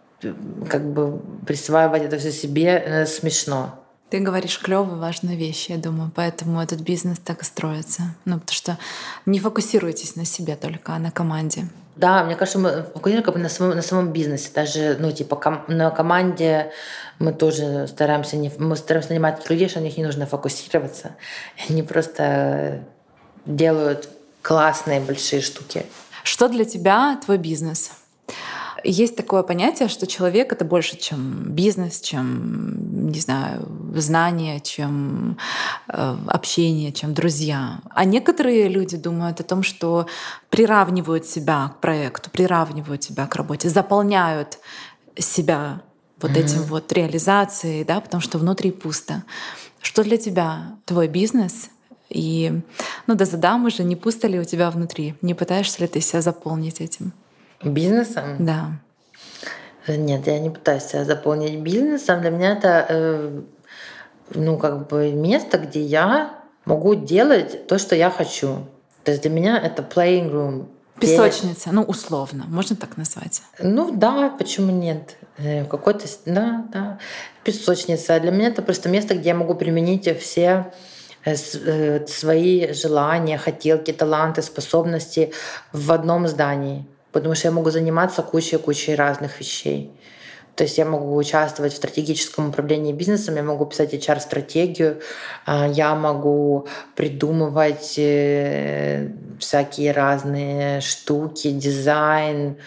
присваивать это все себе смешно. Ты говоришь клёвые, важные вещи, я думаю, поэтому этот бизнес так и строится. Потому что не фокусируйтесь на себе только, а на команде. Да, мне кажется, мы фокусируем на самом бизнесе. Даже на команде мы тоже стараемся нанимать таких людей, что на них не нужно фокусироваться. Они просто делают классные большие штуки. Что для тебя твой бизнес? Есть такое понятие, что человек — это больше, чем бизнес, чем, не знаю, знания, чем общение, чем друзья. А некоторые люди думают о том, что приравнивают себя к проекту, приравнивают себя к работе, заполняют себя этим реализацией, да, потому что внутри пусто. Что для тебя твой бизнес? И, да задам уже, не пусто ли у тебя внутри? Не пытаешься ли ты себя заполнить этим? Бизнесом? Да. Нет, я не пытаюсь себя заполнить бизнесом. Для меня это место, где я могу делать то, что я хочу. То есть для меня это playing room. Песочница, условно, можно так назвать? Да, почему нет? Какой-то, да, песочница. Для меня это просто место, где я могу применить все свои желания, хотелки, таланты, способности в одном здании. Потому что я могу заниматься кучей разных вещей. То есть я могу участвовать в стратегическом управлении бизнесом, я могу писать HR-стратегию, я могу придумывать всякие разные штуки, дизайн,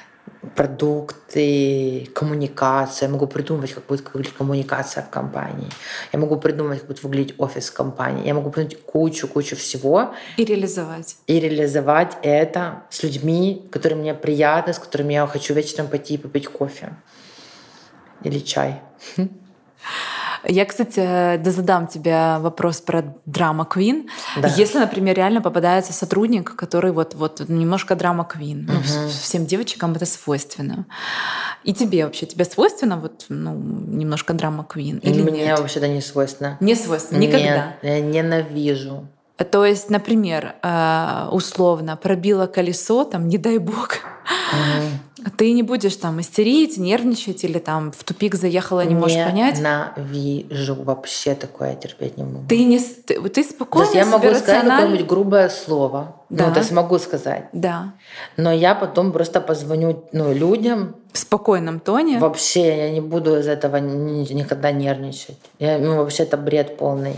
продукты, коммуникация. Я могу придумывать, как будет выглядеть коммуникация в компании. Я могу придумать, как будет выглядеть офис компании. Я могу придумать кучу всего. И реализовать. И реализовать это с людьми, которые мне приятны, с которыми я хочу вечером пойти и попить кофе. Или чай. Я, кстати, задам тебе вопрос про драма-квин. Да. Если, например, реально попадается сотрудник, который вот немножко драма-квин, всем девочкам это свойственно. И тебе вообще, тебе свойственно немножко драма-квин или Мне нет? вообще-то не свойственно. Не свойственно, никогда? Нет, я ненавижу. То есть, например, условно пробило колесо, там, не дай бог, ты не будешь там истерить, нервничать или там в тупик заехала, не можешь понять? Ненавижу. Вообще такое терпеть не могу. Ты спокойно То есть я могу себе сказать какое-нибудь грубое слово. Да. То есть могу сказать. Да. Но я потом просто позвоню людям. В спокойном тоне. Вообще я не буду из этого никогда нервничать. Вообще это бред полный.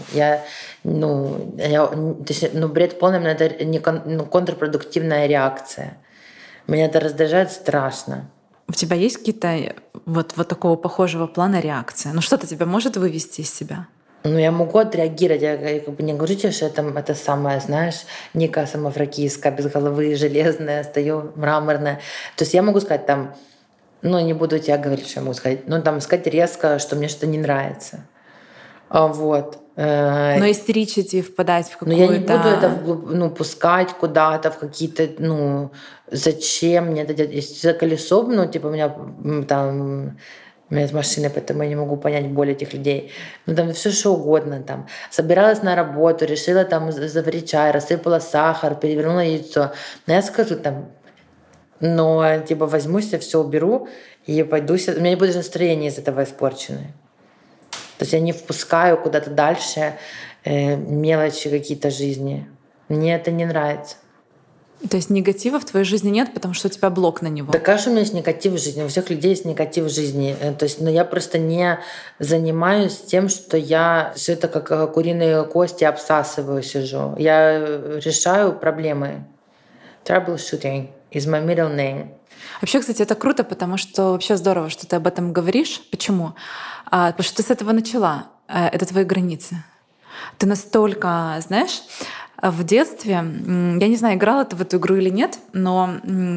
Бред полный, это не контрпродуктивная реакция. Меня это раздражает страшно. У тебя есть какие-то вот такого похожего плана реакции? Что-то тебя может вывести из себя? Я могу отреагировать. Я не говорю тебе, что это самое, знаешь, Ника самофракийская, без головы, железная, стою мраморная. То есть я могу сказать там, не буду тебе говорить, что я могу сказать, сказать резко, что мне что-то не нравится. Вот. Но истеричить и впадать в какую-то... Но я не буду это пускать куда-то в какие-то, зачем мне это делать? Если за колесо, у меня там... У меня есть машина, поэтому я не могу понять боль этих людей. Там все что угодно. Там. Собиралась на работу, решила там заварить чай, рассыпала сахар, перевернула яйцо. Но я скажу там, возьмусь, я все уберу и пойду. У меня не будет настроения из этого испорченное. То есть я не впускаю куда-то дальше мелочи какие-то жизни. Мне это не нравится. То есть негатива в твоей жизни нет, потому что у тебя блок на него? Да, конечно, у меня есть негатив в жизни. У всех людей есть негатив в жизни. То есть, я просто не занимаюсь тем, что я все это как куриные кости обсасываю, сижу. Я решаю проблемы. Troubleshooting is my middle name. Вообще, кстати, это круто, потому что вообще здорово, что ты об этом говоришь. Почему? Потому что ты с этого начала. Это твои границы. Ты настолько, знаешь, в детстве, я не знаю, играла ты в эту игру или нет, но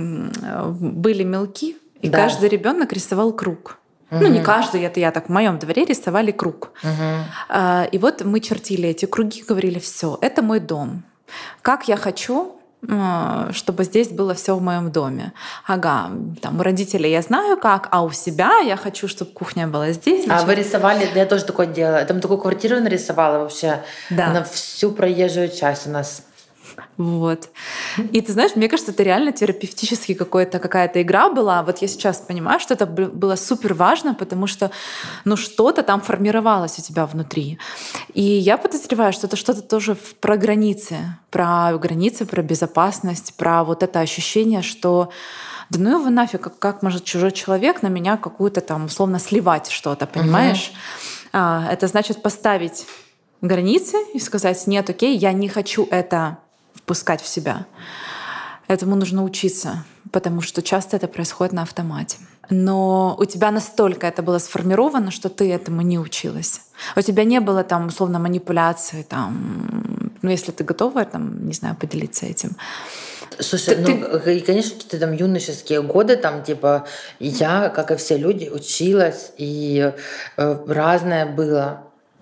были мелки, и Да. каждый ребенок рисовал круг. Не каждый, это я так в моем дворе рисовали круг. И вот мы чертили эти круги, говорили: все, это мой дом. Как я хочу, чтобы здесь было все в моем доме. Ага, там у родителей я знаю как, а у себя я хочу, чтобы кухня была здесь. А вы рисовали, я тоже такое делала. Я там такую квартиру нарисовала вообще на всю проезжую часть у нас. Вот. И ты знаешь, мне кажется, это реально терапевтически какая-то игра была. Вот я сейчас понимаю, что это было супер важно, потому что что-то там формировалось у тебя внутри. И я подозреваю, что это что-то тоже про границы, про безопасность, про вот это ощущение, что да ну его нафиг, как может чужой человек на меня какую-то там условно сливать что-то, понимаешь? Это значит поставить границы и сказать: нет, окей, я не хочу это впускать в себя. Этому нужно учиться, потому что часто это происходит на автомате. Но у тебя настолько это было сформировано, что ты этому не училась. У тебя не было там условно манипуляции, там, если ты готова, там, не знаю, поделиться этим. Слушай, конечно, какие-то там юношеские годы, там, я, как и все люди, училась, и разное было.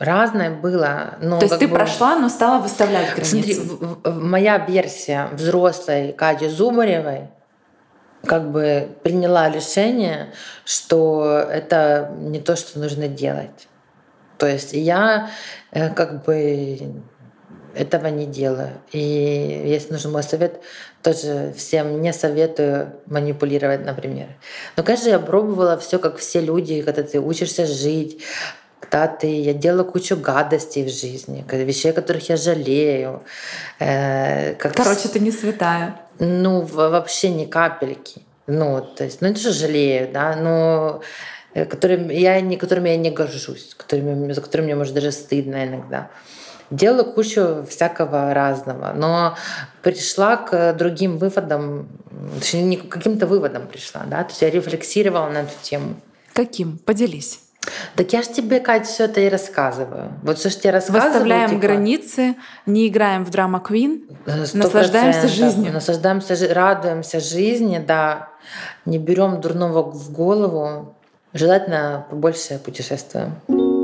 разное было. Но То есть ты прошла, но стала выставлять Смотри, границы. моя версия взрослой Кати Зубаревой как бы приняла решение, что это не то, что нужно делать. То есть я как бы этого не делаю. И если нужен мой совет, тоже всем не советую манипулировать, например. Но, конечно, я пробовала все, как все люди, когда ты учишься жить, я делала кучу гадостей в жизни, вещей, которых я жалею. Короче, ты не святая. Ну, вообще ни капельки. Ну, то есть, это же жалею, да, но которыми я не горжусь, за которыми мне, может, даже стыдно иногда. Делала кучу всякого разного, но пришла к другим выводам, точнее, не к каким-то выводам пришла, да, то есть я рефлексировала на эту тему. Каким? Поделись. Так я же тебе, Катя, все это и рассказываю. Вот что ж тебе рассказываю. Выставляем границы, не играем в драма-квин, 100%. наслаждаемся жизнью. Наслаждаемся, радуемся жизни, да. Не берем дурного в голову. Желательно побольше путешествуем.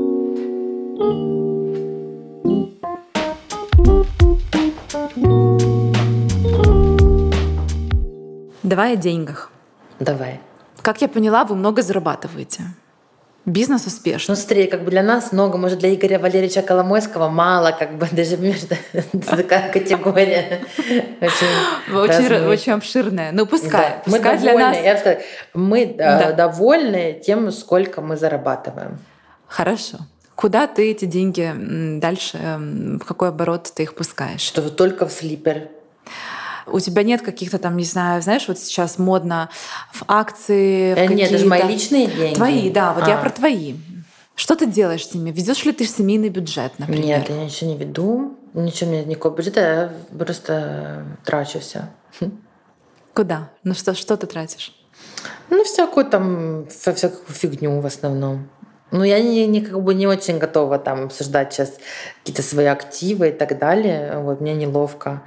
Давай о деньгах. Давай. Как я поняла, вы много зарабатываете. Бизнес успешный. Ну, смотри, как бы для нас много, может, для Игоря Валерьевича Коломойского мало, как бы даже между такая категория. Очень обширная. Ну, пускай. Мы Пускай для нас. Я бы сказала, мы довольны тем, сколько мы зарабатываем. Хорошо. Куда ты эти деньги дальше, в какой оборот ты их пускаешь? Что только в слипер. У тебя нет каких-то там, не знаю, знаешь, вот сейчас модно в акции, в Нет, это же мои личные деньги. Твои, да, вот я про твои. Что ты делаешь с ними? Ведешь ли ты семейный бюджет, например? Нет, я ничего не веду. Ничего, у меня никакого бюджета, я просто трачу все. Куда? Ну что ты тратишь? Ну, всякую фигню в основном. Ну, я не очень готова там обсуждать сейчас какие-то свои активы и так далее. Вот, мне неловко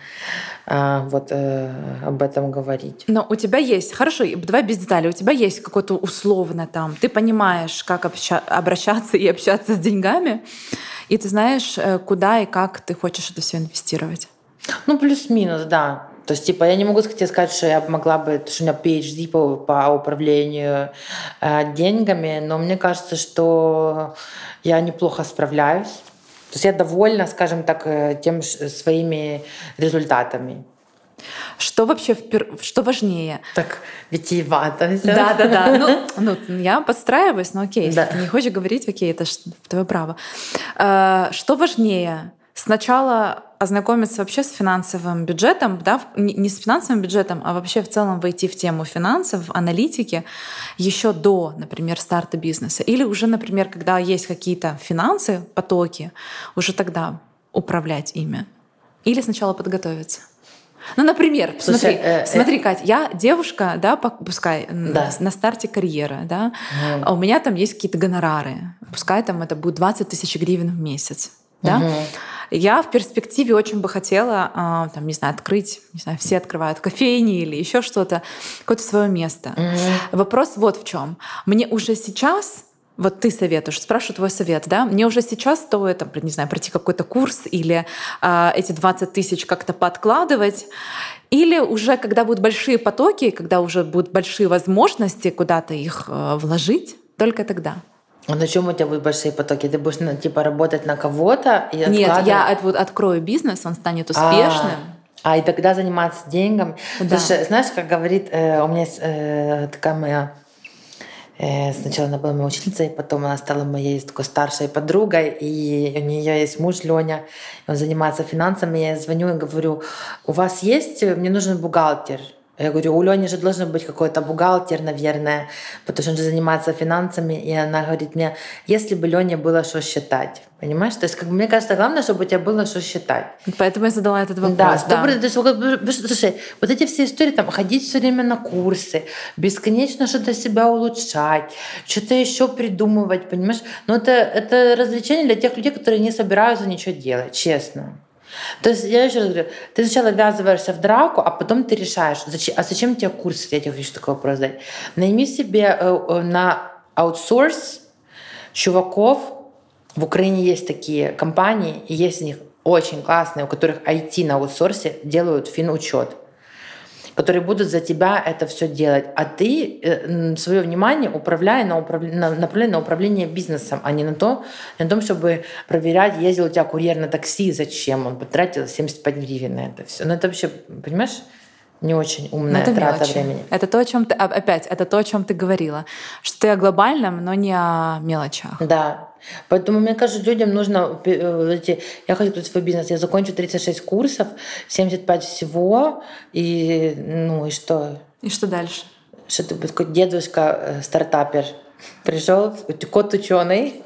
об этом говорить. Но у тебя есть, хорошо, давай без деталей, у тебя есть какой-то условно там, ты понимаешь, как обращаться и общаться с деньгами, и ты знаешь, куда и как ты хочешь это все инвестировать. Ну, плюс-минус, да. То есть, я не могу сказать, что я могла бы, что у меня PhD по управлению деньгами, но мне кажется, что я неплохо справляюсь. То есть я довольна, скажем так, тем своими результатами. Что вообще, что важнее? Так витиевато. Да. Ну, я подстраиваюсь, но окей, да. Если ты не хочешь говорить, окей, это твое право. Что важнее? Сначала ознакомиться вообще с финансовым бюджетом, да, не с финансовым бюджетом, а вообще в целом войти в тему финансов, аналитики еще до, например, старта бизнеса. Или уже, например, когда есть какие-то финансы, потоки, уже тогда управлять ими. Или сначала подготовиться. Ну, например, смотри, Кать, я девушка, да, пускай на старте карьеры, да, а у меня там есть какие-то гонорары, пускай там это будет 20 тысяч гривен в месяц, да. Я в перспективе очень бы хотела, там, не знаю, открыть, не знаю, все открывают кофейни или еще что-то, какое-то свое место. Вопрос вот в чем. Мне уже сейчас, вот ты советуешь, спрашиваю твой совет, да, мне уже сейчас стоит, там, не знаю, пройти какой-то курс или эти 20 тысяч как-то подкладывать, или уже когда будут большие потоки, когда уже будут большие возможности куда-то их вложить, только тогда. А на чем у тебя будут большие потоки? Ты будешь работать на кого-то и Нет, я открою бизнес, он станет успешным. И тогда заниматься деньгами. Да. Слушай, знаешь, как говорит, у меня есть такая моя... Сначала она была моей ученицей, потом она стала моей такой старшей подругой, и у нее есть муж Лёня, он занимается финансами. Я звоню и говорю: у вас есть, мне нужен бухгалтер. Я говорю: у Лёни же должен быть какой-то бухгалтер, наверное, потому что он же занимается финансами. И она говорит мне: если бы Лёне было что считать. Понимаешь? То есть, мне кажется, главное, чтобы у тебя было что считать. Поэтому я задала этот вопрос. Да. Слушай, вот эти все истории, там, ходить все время на курсы, бесконечно что-то себя улучшать, что-то еще придумывать, понимаешь? Но это развлечение для тех людей, которые не собираются ничего делать, честно. То есть я еще раз говорю, ты сначала ввязываешься в драку, а потом ты решаешь, зачем тебе курсы, я тебе хочу такой вопрос задать. Найми себе на аутсорс чуваков, В Украине есть такие компании, и есть у них очень классные, у которых IT на аутсорсе делают финучет, которые будут за тебя это все делать, а ты свое внимание направляй на управление бизнесом, а не на то, не на том, чтобы проверять, ездил у тебя курьер на такси, зачем он потратил 75 гривен на это все. Ну это вообще, понимаешь, не очень умная трата времени. Это то, о чем ты опять, это то, о чем ты говорила, что ты о глобальном, но не о мелочах. Да. Поэтому, мне кажется, людям нужно... Я хочу тут свой бизнес, я закончу 36 курсов, 75 всего, и что? И что дальше? Что ты такой дедушка-стартапер. Пришел, кот ученый.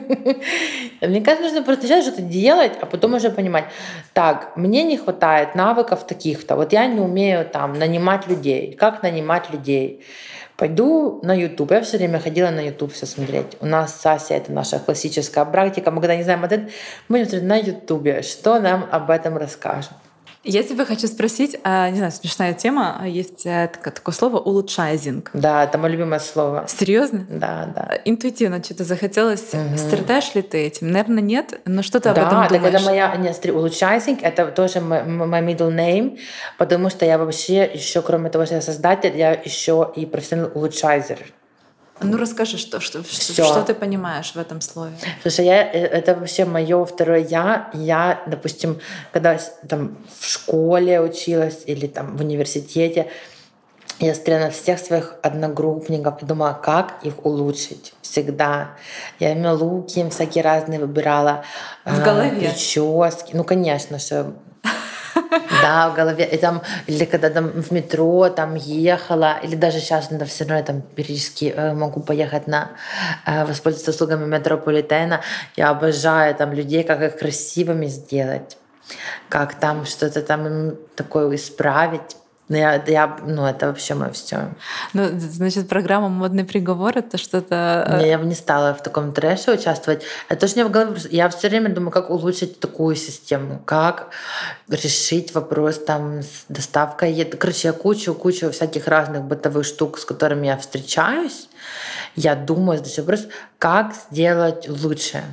Мне кажется, нужно просто начать что-то делать, а потом уже понимать, так, мне не хватает навыков таких-то, вот я не умею там нанимать людей. Как нанимать людей? Пойду на YouTube. Я все время ходила на YouTube все смотреть. У нас с Асей, это наша классическая практика. Мы когда не знаем ответ, мы будем смотреть на YouTube. Что нам об этом расскажут? Я тебя хочу спросить, не знаю, смешная тема, есть такое слово улучшайзинг. Да, это мое любимое слово. Серьезно? Да. Интуитивно что-то захотелось. Страдаешь ли ты этим? Наверное, нет, но что ты об этом думаешь? Да, улучшайзинг — это тоже мой middle name, потому что я вообще еще, кроме того, что я создатель, я еще и профессиональный улучшайзер. Ну расскажи, что ты понимаешь в этом слове? Слушай, это вообще мое второе я. Я, допустим, когда там в школе училась или там в университете, я смотрела на всех своих одногруппников и думала, как их улучшить. Всегда. Я им луки всякие разные выбирала. В голове? Прически. Ну, конечно же. Да, в голове. И там, или когда там в метро там ехала, или даже сейчас все равно я там периодически могу поехать воспользоваться услугами метрополитена. Я обожаю там людей, как их красивыми сделать, как там что-то там такое исправить. Это вообще мое все. Ну, значит, программа «Модный приговор» — это что-то... Я бы не стала в таком трэше участвовать. Это тоже не в голове. Я все время думаю, как улучшить такую систему, как решить вопрос там с доставкой еды. Короче, я кучу всяких разных бытовых штук, с которыми я встречаюсь. Я думаю, задаюсь вопрос, как сделать лучше.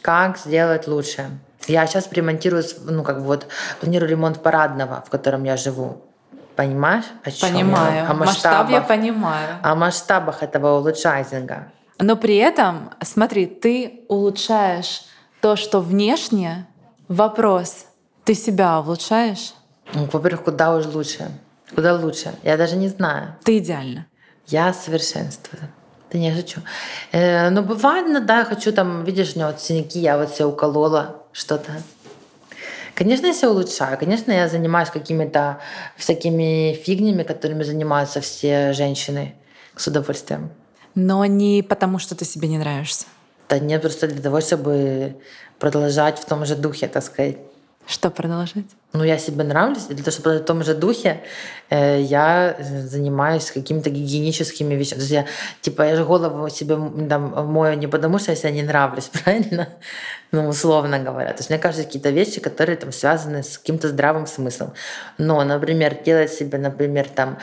Я сейчас ремонтирую, планирую ремонт парадного, в котором я живу. Понимаешь, о чем Понимаю. О масштаб я понимаю. О масштабах этого улучшайзинга. Но при этом, смотри, ты улучшаешь то, что внешне. Вопрос, ты себя улучшаешь? Во-первых, куда уж лучше? Куда лучше? Я даже не знаю. Ты идеально. Я совершенствую. Да не шучу. Бывает, я хочу там, видишь, у меня вот синяки, я вот себе уколола что-то. Конечно, я себя улучшаю. Конечно, я занимаюсь какими-то всякими фигнями, которыми занимаются все женщины с удовольствием. Но не потому, что ты себе не нравишься. Да нет, просто для того, чтобы продолжать в том же духе, так сказать. Что продолжать? Я себе нравлюсь, и для того, чтобы в том же духе я занимаюсь какими-то гигиеническими вещами. То есть я же голову себе мою не потому, что я себе не нравлюсь, правильно? Условно говоря. То есть мне кажется, какие-то вещи, которые там связаны с каким-то здравым смыслом. Но, например, делать себе, там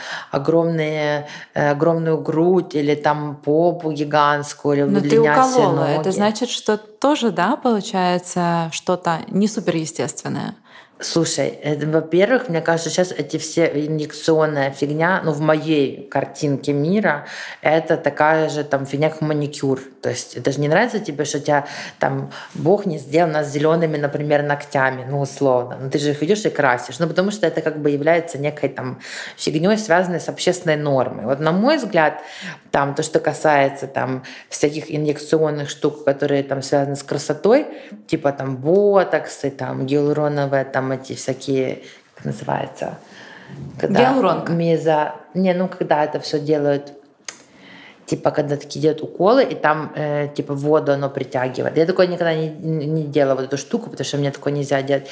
огромную грудь или там попу гигантскую, или удлинять все ноги. Но ты уколола. Это значит, что тоже, да, получается что-то не суперестественное. Слушай, во-первых, мне кажется, сейчас эти все инъекционная фигня, в моей картинке мира, это такая же там фигня, как маникюр. То есть это же не нравится тебе, что тебя там Бог не сделал нас зелеными, например, ногтями, условно. Ты же их идешь и красишь. Потому что это как бы является некой там фигней, связанной с общественной нормой. Вот на мой взгляд, там то, что касается там всяких инъекционных штук, которые там связаны с красотой, типа там ботоксы, там гиалуроновые, там эти всякие, как называется, гиалуронка. Когда это все делают, типа когда такие делают уколы, и там типа воду оно притягивает. Я такое никогда не делала, вот эту штуку, потому что мне такое нельзя делать.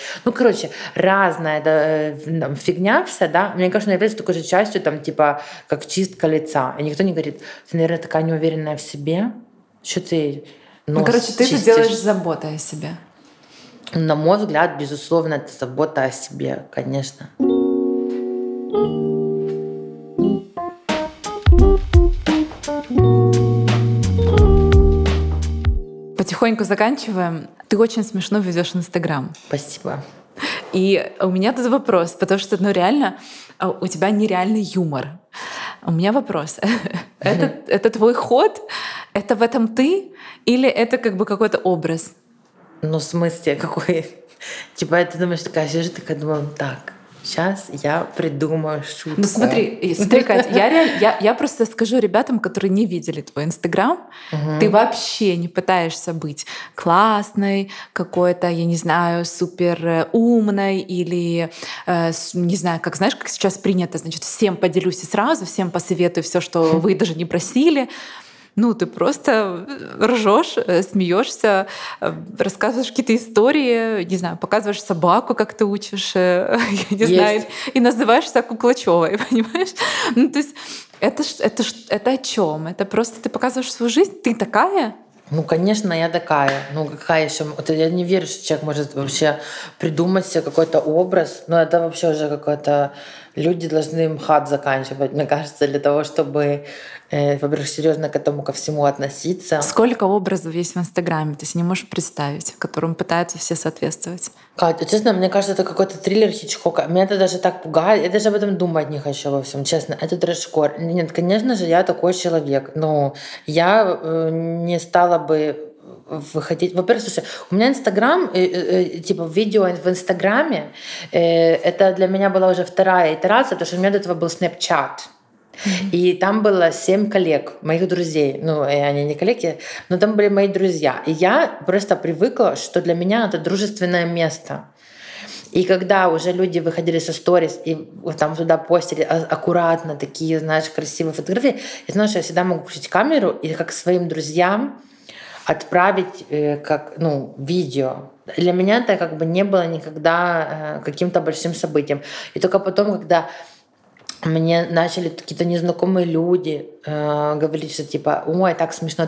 Разная фигня вся, да, мне кажется, она является такой же частью, там, типа, как чистка лица. И никто не говорит, ты, наверное, такая неуверенная в себе, что ты нос ты это делаешь с заботой о себе. На мой взгляд, безусловно, это забота о себе, конечно. Потихоньку заканчиваем. Ты очень смешно ведешь Инстаграм. Спасибо. И у меня тут вопрос, потому что, реально, у тебя нереальный юмор. У меня вопрос. Это твой ход? Это в этом ты? Или это как бы какой-то образ? Ну, в смысле, какой? Типа, ты думаешь, такая сижу, такая думаю, так, сейчас я придумаю шутку. Ну смотри, Катя, я просто скажу ребятам, которые не видели твой Инстаграм, ты вообще не пытаешься быть классной, какой-то, я не знаю, супер умной или, не знаю, как знаешь, как сейчас принято, значит, всем поделюсь и сразу, всем посоветую все, что вы даже не просили. Ну, ты просто ржешь, смеешься, рассказываешь какие-то истории, не знаю, показываешь собаку, как ты учишь, я не знаю, и называешься Куклачевой, понимаешь? Ну, то есть это о чем? Это просто ты показываешь свою жизнь, ты такая? Ну, конечно, я такая. Ну, какая еще? Вот я не верю, что человек может вообще придумать себе какой-то образ. Но это вообще уже какой-то... Люди должны МХАТ заканчивать, мне кажется, для того, чтобы, во-первых, серьезно к этому ко всему относиться. Сколько образов есть в Инстаграме, ты себе не можешь представить, которым пытаются все соответствовать? Катя, честно, мне кажется, это какой-то триллер Хичкока. Меня это даже так пугает. Я даже об этом думать не хочу во всем, честно. Это трэшкор. Нет, конечно же, я такой человек. Но я не стала бы выходить. Во-первых, слушай, у меня Инстаграм, типа видео в Инстаграме, это для меня была уже вторая итерация, потому что у меня до этого был Снэпчат. И там было 7 коллег, моих друзей. Ну, они не коллеги, но там были мои друзья. И я просто привыкла, что для меня это дружественное место. И когда уже люди выходили со сторис и там туда постили аккуратно такие, знаешь, красивые фотографии, я знала, что я всегда могу включить камеру и как своим друзьям отправить видео. Для меня это как бы не было никогда каким-то большим событием. И только потом, когда мне начали какие-то незнакомые люди говорить, что типа, ой, так смешно,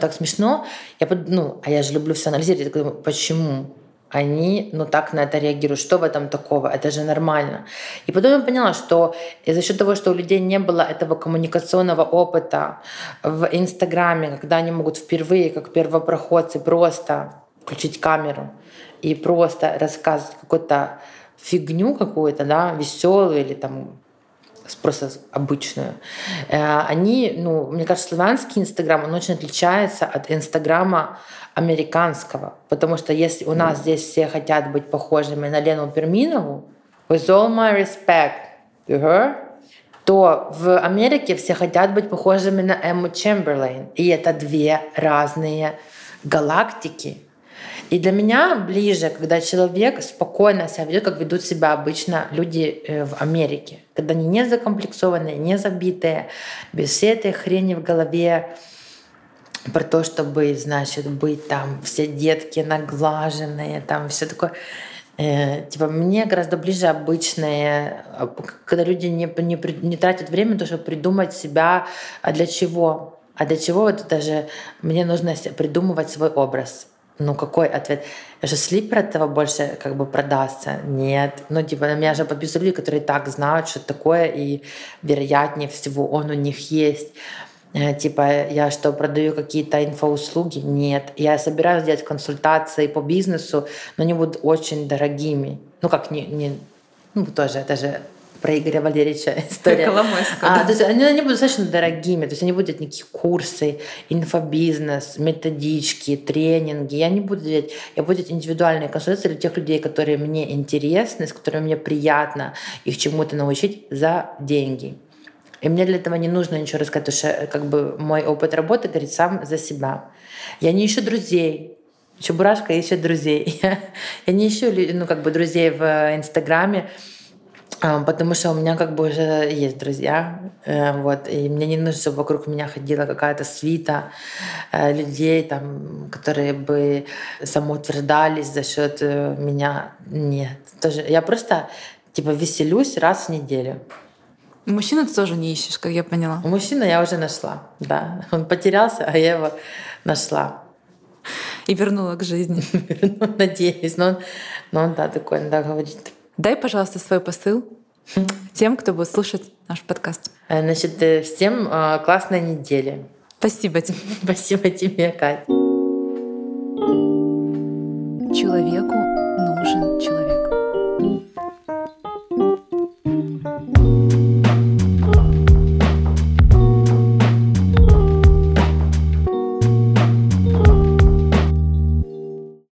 а я же люблю все анализировать. Я думаю, почему они так на это реагируют? Что в этом такого? Это же нормально. И потом я поняла, что за счет того, что у людей не было этого коммуникационного опыта в Инстаграме, когда они могут впервые, как первопроходцы, просто включить камеру и просто рассказывать какую-то фигню какую-то, да, веселую или там просто обычную. Они, мне кажется, славянский Инстаграм, он очень отличается от Инстаграма американского. Потому что если у нас здесь все хотят быть похожими на Лену Перминову, with all my respect to her, то в Америке все хотят быть похожими на Эмму Чемберлейн. И это две разные галактики. И для меня ближе, когда человек спокойно себя ведет, как ведут себя обычно люди в Америке. Когда они не закомплексованные, не забитые, без всей этой хрени в голове про то, чтобы, значит, быть там все детки наглаженные, там все такое. Мне гораздо ближе обычные, когда люди не тратят время на то, чтобы придумать себя, а для чего? А для чего это даже мне нужно придумывать свой образ? Какой ответ? Что слипер от этого больше как бы продастся? Нет. На меня же подписывают люди, которые так знают, что такое, и вероятнее всего он у них есть. Я что, продаю какие-то инфоуслуги? Нет. Я собираюсь делать консультации по бизнесу, но они будут очень дорогими. Тоже, это же про Игоря Валерьевича история. Коломойская. То есть они будут достаточно дорогими, то есть они будут никакие курсы, инфобизнес, методички, тренинги. Я не буду делать, я буду делать индивидуальные консультации для тех людей, которые мне интересны, с которыми мне приятно их чему-то научить за деньги. И мне для этого не нужно ничего рассказать, потому что мой опыт работы говорит сам за себя. Я не ищу друзей. Чебурашка ищет друзей. Я не ищу друзей в Инстаграме, потому что у меня уже есть друзья, и мне не нужно, чтобы вокруг меня ходила какая-то свита людей, которые бы самоутверждались за счет меня. Нет. Я просто веселюсь раз в неделю. Мужчину ты тоже не ищешь, как я поняла. Мужчину я уже нашла, да. Он потерялся, а я его нашла. И вернула к жизни. Надеюсь. Но он такой, иногда говорит. Дай, пожалуйста, свой посыл тем, кто будет слушать наш подкаст. Значит, всем классной недели. Спасибо тебе. Спасибо тебе, Катя. Человеку нужен человек.